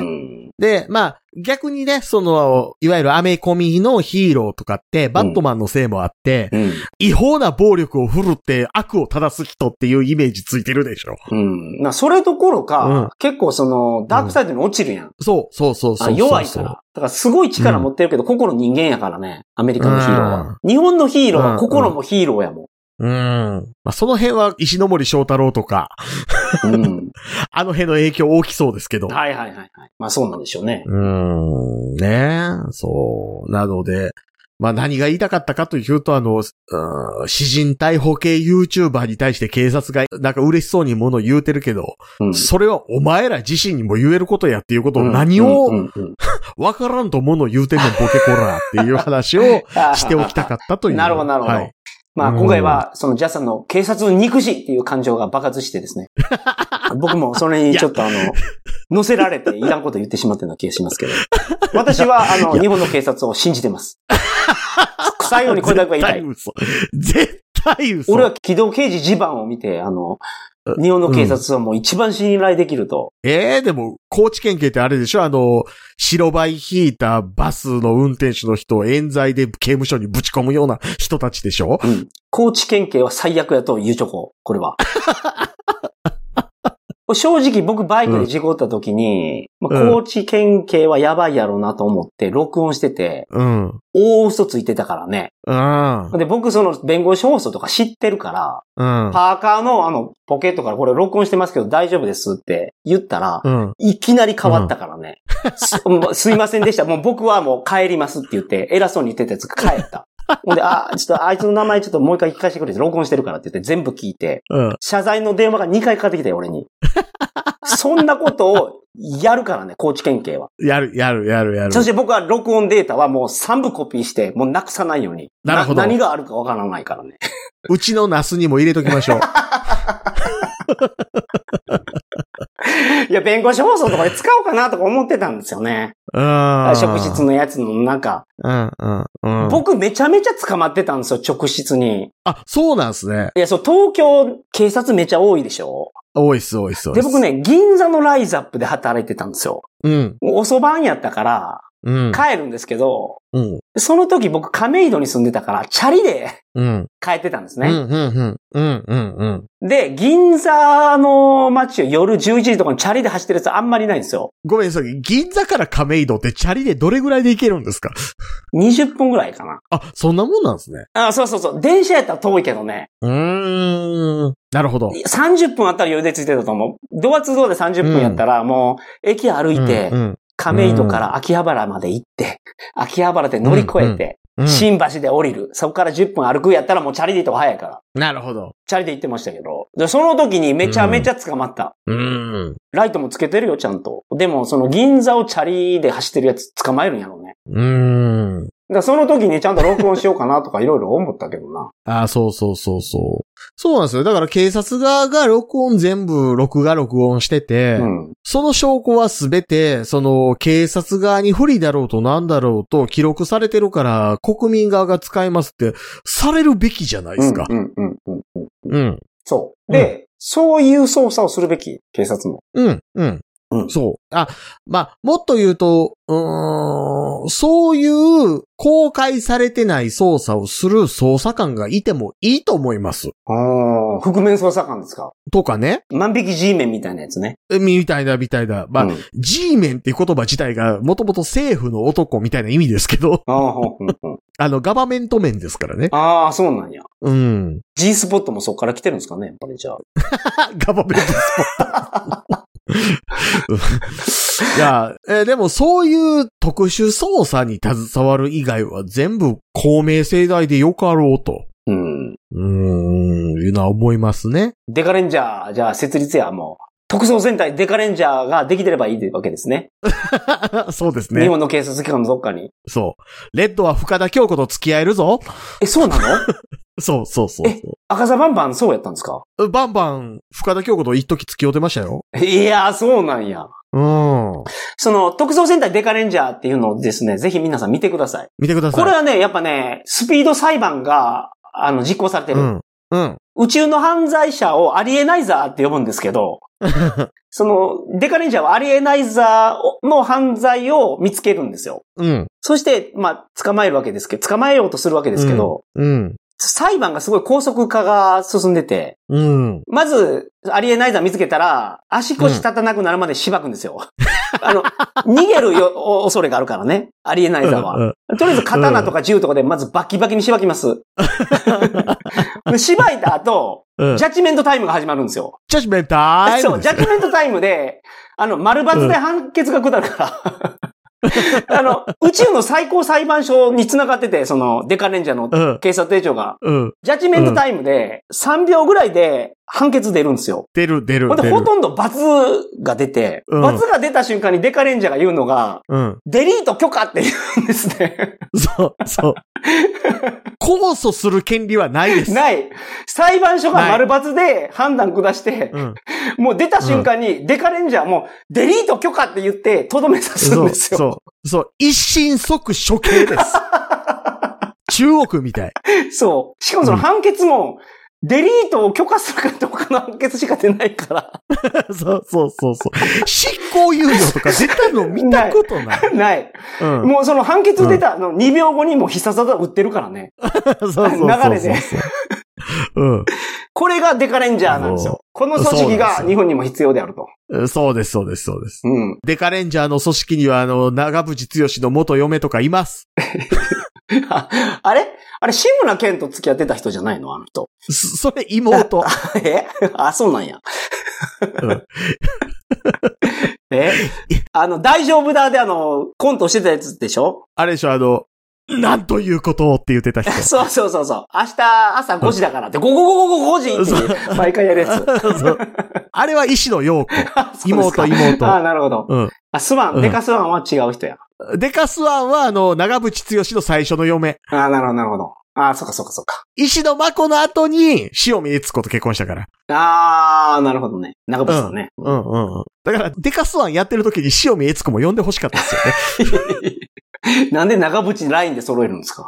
で、まあ逆にね、その、いわゆるアメコミのヒーローとかって、バットマンのせいもあって、うん、違法な暴力を振るって悪を正す人っていうイメージついてるでしょ。 うん。まあそれどころか、うん、結構その、ダークサイドに落ちるやん。うん、 そう、そうそうそうそう。 弱いから。だからすごい力持ってるけど、うん、心人間やからね、アメリカのヒーローは。日本のヒーローは心もヒーローやもん。 うん。まあ、その辺は石ノ森章太郎とか、うん、あの辺の影響大きそうですけど。 はいはいはいはい。まあそうなんでしょうね。 うーん。ねえ。そう。なので、まあ何が言いたかったかというと、あの、うん、私人逮捕系 YouTuber に対して警察がなんか嬉しそうにものを言うてるけど、うん、それはお前ら自身にも言えることやっていうことを何をわからんとものを言うてんねんボケコラっていう話をしておきたかったという。 なるほどなるほど。はいまあ今回はそのジャスさんの警察の憎しっていう感情が爆発してですね。僕もそれにちょっとあの、乗せられていらんこと言ってしまったような気がしますけど。私はあの、日本の警察を信じてます。最後にこれだけは言いたい。 絶対嘘。絶対嘘。 俺は機動刑事地盤を見て、あの、日本の警察はもう一番信頼できると。 うん、ええー、でも、高知県警ってあれでしょあの、白バイ引いたバスの運転手の人を冤罪で刑務所にぶち込むような人たちでしょうん。高知県警は最悪やと言うちょこ、これは。正直僕バイクで事故った時に、うんまあ、高知県警はやばいやろうなと思って録音してて、うん、大嘘ついてたからね。うん、で僕その弁護士放送とか知ってるから、うん、パーカーのあのポケットからこれ録音してますけど大丈夫ですって言ったら、うん、いきなり変わったからね、うんす。すいませんでした。もう僕はもう帰りますって言って偉そうに言ってたやつが帰った。ほんで、あ、ちょっとあいつの名前ちょっともう一回聞かせてくれって録音してるからって言って全部聞いて、うん、謝罪の電話がにかいかかってきたよ、俺に。そんなことをやるからね、高知県警は。 やる、やる、やる、やる。 そして僕は録音データはもうさんぶコピーして、もうなくさないように。 なるほど。 何があるかわからないからね。 うちのナスにも入れときましょう。 いや、弁護士放送とかで使おうかなとか思ってたんですよね。うん。職質のやつの中。うんうんうん。僕めちゃめちゃ捕まってたんですよ、直室に。 あ、そうなんですね。 いや、そう、東京警察めちゃ多いでしょ。 多いっす、多いっす。 で、僕ね、銀座のライズアップで働いてたんですよ。うん。おそばんやったから、うん、帰るんですけど、うん、その時僕亀戸に住んでたから、チャリで、うん、帰ってたんですね。うんうんうんうんうんうん、で、銀座の街を夜じゅういちじとかにチャリで走ってるやつあんまりないんですよ。 ごめんなさい。銀座から亀戸ってチャリでどれぐらいで行けるんですか？ にじゅっぷんぐらいかな。 あ、そんなもんなんですね。 あ、そうそうそう。電車やったら遠いけどね。 うーん。なるほど。 さんじゅっぷんあったら余裕でついてたと思う。ドアツードアでさんじゅっぷんやったら、もう、駅歩いて、うんうん、亀戸から秋葉原まで行って、秋葉原で乗り越えて、 うん、新橋で降りる。そこからじゅっぷん歩くやったらもうチャリで行った方が早いから。 なるほど。 チャリで行ってましたけど。で、その時にめちゃめちゃ捕まった。 うん。うん、 ライトもつけてるよ、ちゃんと。でも、その銀座をチャリで走ってるやつ捕まえるんやろうね。 うーん。 だその時にちゃんと録音しようかなとかいろいろ思ったけどな。 ああ、そうそうそうそう。そうなんですよ。だから警察側が録音全部録画録音してて、うん、その証拠はすべて、その警察側に不利だろうとなんだろうと記録されてるから国民側が使えますってされるべきじゃないですか。 うんうんうんうん。 うん。 そう。で、うん、そういう捜査をするべき、警察も。 うん、うん。うん、そう。あ、まあ、もっと言うと、うーん、そういう公開されてない捜査をする捜査官がいてもいいと思います。 ああ、覆面捜査官ですか。 とかね。 万引き G メンみたいなやつね。 みたいだ、みたいだ。まあ、うん、G メンっていう言葉自体がもともと政府の男みたいな意味ですけど。 ああ、ほんほん。 あの、ガバメント面ですからね。 ああ、そうなんや。 うん。 G スポットもそこから来てるんですかね、やっぱりじゃあ。 ガバメントスポット。いや、えー、でもそういう特殊捜査に携わる以外は全部公明正大でよかろうと。 うん。 うーん、いうのは思いますね。 デカレンジャー、じゃあ設立や、もう。特捜戦隊デカレンジャーができてればいいわけですね。 そうですね。 日本の警察機関のどっかに。 そう。レッドは深田恭子と付き合えるぞ。 え、そうなのそうそうそうそう。 え、赤座バンバンそうやったんですか？ バンバン、深田恭子と一時付き合うてましたよ。 いやー、そうなんや。 うん。 その、特捜戦隊デカレンジャーっていうのをですね、ぜひ皆さん見てください。 見てください。 これはね、やっぱね、スピード裁判が、あの、実行されてる。 うん。うん。 宇宙の犯罪者をアリエナイザーって呼ぶんですけど、その、デカレンジャーはアリエナイザーの犯罪を見つけるんですよ。 うん。 そして、まあ、捕まえるわけですけど、捕まえようとするわけですけど、 うん。うん裁判がすごい高速化が進んでて、 うん、まず、アリエナイザー見つけたら、足腰立たなくなるまでしばくんですよ。あの、逃げるよ恐れがあるからね、アリエナイザーは。うんうん、とりあえず刀とか銃とかでまずバキバキにしばきます。しばいた後、うん、ジャッジメントタイムが始まるんですよ。 ジャッジメントタイムそう、ジャッジメントタイムで、あの、丸抜で判決が下るから。うんあの、宇宙の最高裁判所に繋がってて、その、デカレンジャーの警察手帳が、 うん。 ジャッジメントタイムでさんびょうぐらいで判決出るんですよ。 出る、出る。 ほんで、ほとんど罰が出て、うん、罰が出た瞬間にデカレンジャーが言うのが、 うん。 デリート許可って言うんですね。 そう、そう。控訴する権利はないです。 ない。裁判所が丸罰で判断下して、うん、もう出た瞬間にデカレンジャーもデリート許可って言ってとどめさすんですよ。 そう、そう。そう。一審即処刑です。中国みたい。 そう。しかもその判決も、デリートを許可するかどうかの判決しか出ないから。 そうそうそうそう。執行猶予とか出たの見たことない。 ない。うん、もうその判決出たのにびょうごにも必殺技売ってるからね。 そうそうそうそう。 流れで。 うん。 これがデカレンジャーなんですよ。この組織が日本にも必要であると。 そうです、そうです、そうです。 うん。 デカレンジャーの組織には、あの、長渕剛の元嫁とかいます。 あ, あれあれ、志村けんと付き合ってた人じゃないのあの人。 そ, それ妹。 えあ、そうなんや。 うん、 えあの、大丈夫だであの、コントしてたやつでしょあれでしょ、あの、なんということをって言ってた人。 そうそうそうそう。明日朝ごじだからって、ごごごごごごじって毎回やるやつ。 そうあれは石野陽子。妹、妹。 ああ、なるほど。 うん。 あ、スワン、うん、デカスワンは違う人や。 デカスワンは、あの、長渕剛の最初の嫁。 ああ、なるほど、なるほど。ああ、そっかそっかそっか。 石野真子の後に、塩見悦子と結婚したから。 ああ、なるほどね。長渕さんね。 うん、うん、うんうん。だから、デカスワンやってる時に塩見悦子も呼んで欲しかったですよね。 なんで長渕ラインで揃えるんですか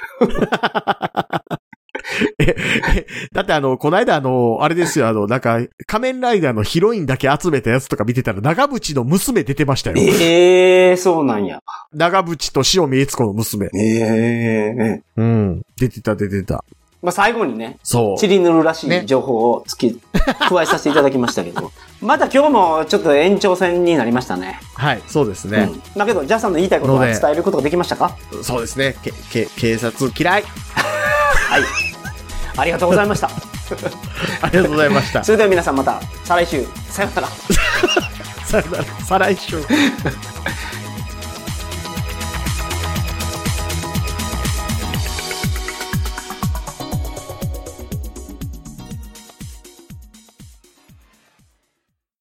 え、え、だってあの、この間あの、あれですよ、あの、なんか、仮面ライダーのヒロインだけ集めたやつとか見てたら、長渕の娘出てましたよ。 ええー、そうなんや。 長渕と塩見悦子の娘。 ええー、 うん。出てた、出てた。 まあ、最後にね、 そう。 チリヌルらしい情報をつき、ね、加えさせていただきましたけど、また今日もちょっと延長戦になりましたね。 はい、そうですね。うん、 だけど、ジャスさんの言いたいことは伝えることができましたか？ そうですね。け、け、警察嫌い。 はい。ありがとうございました。 ありがとうございました。 それでは皆さんまた、再来週、さよなら。 さよなら、再来週。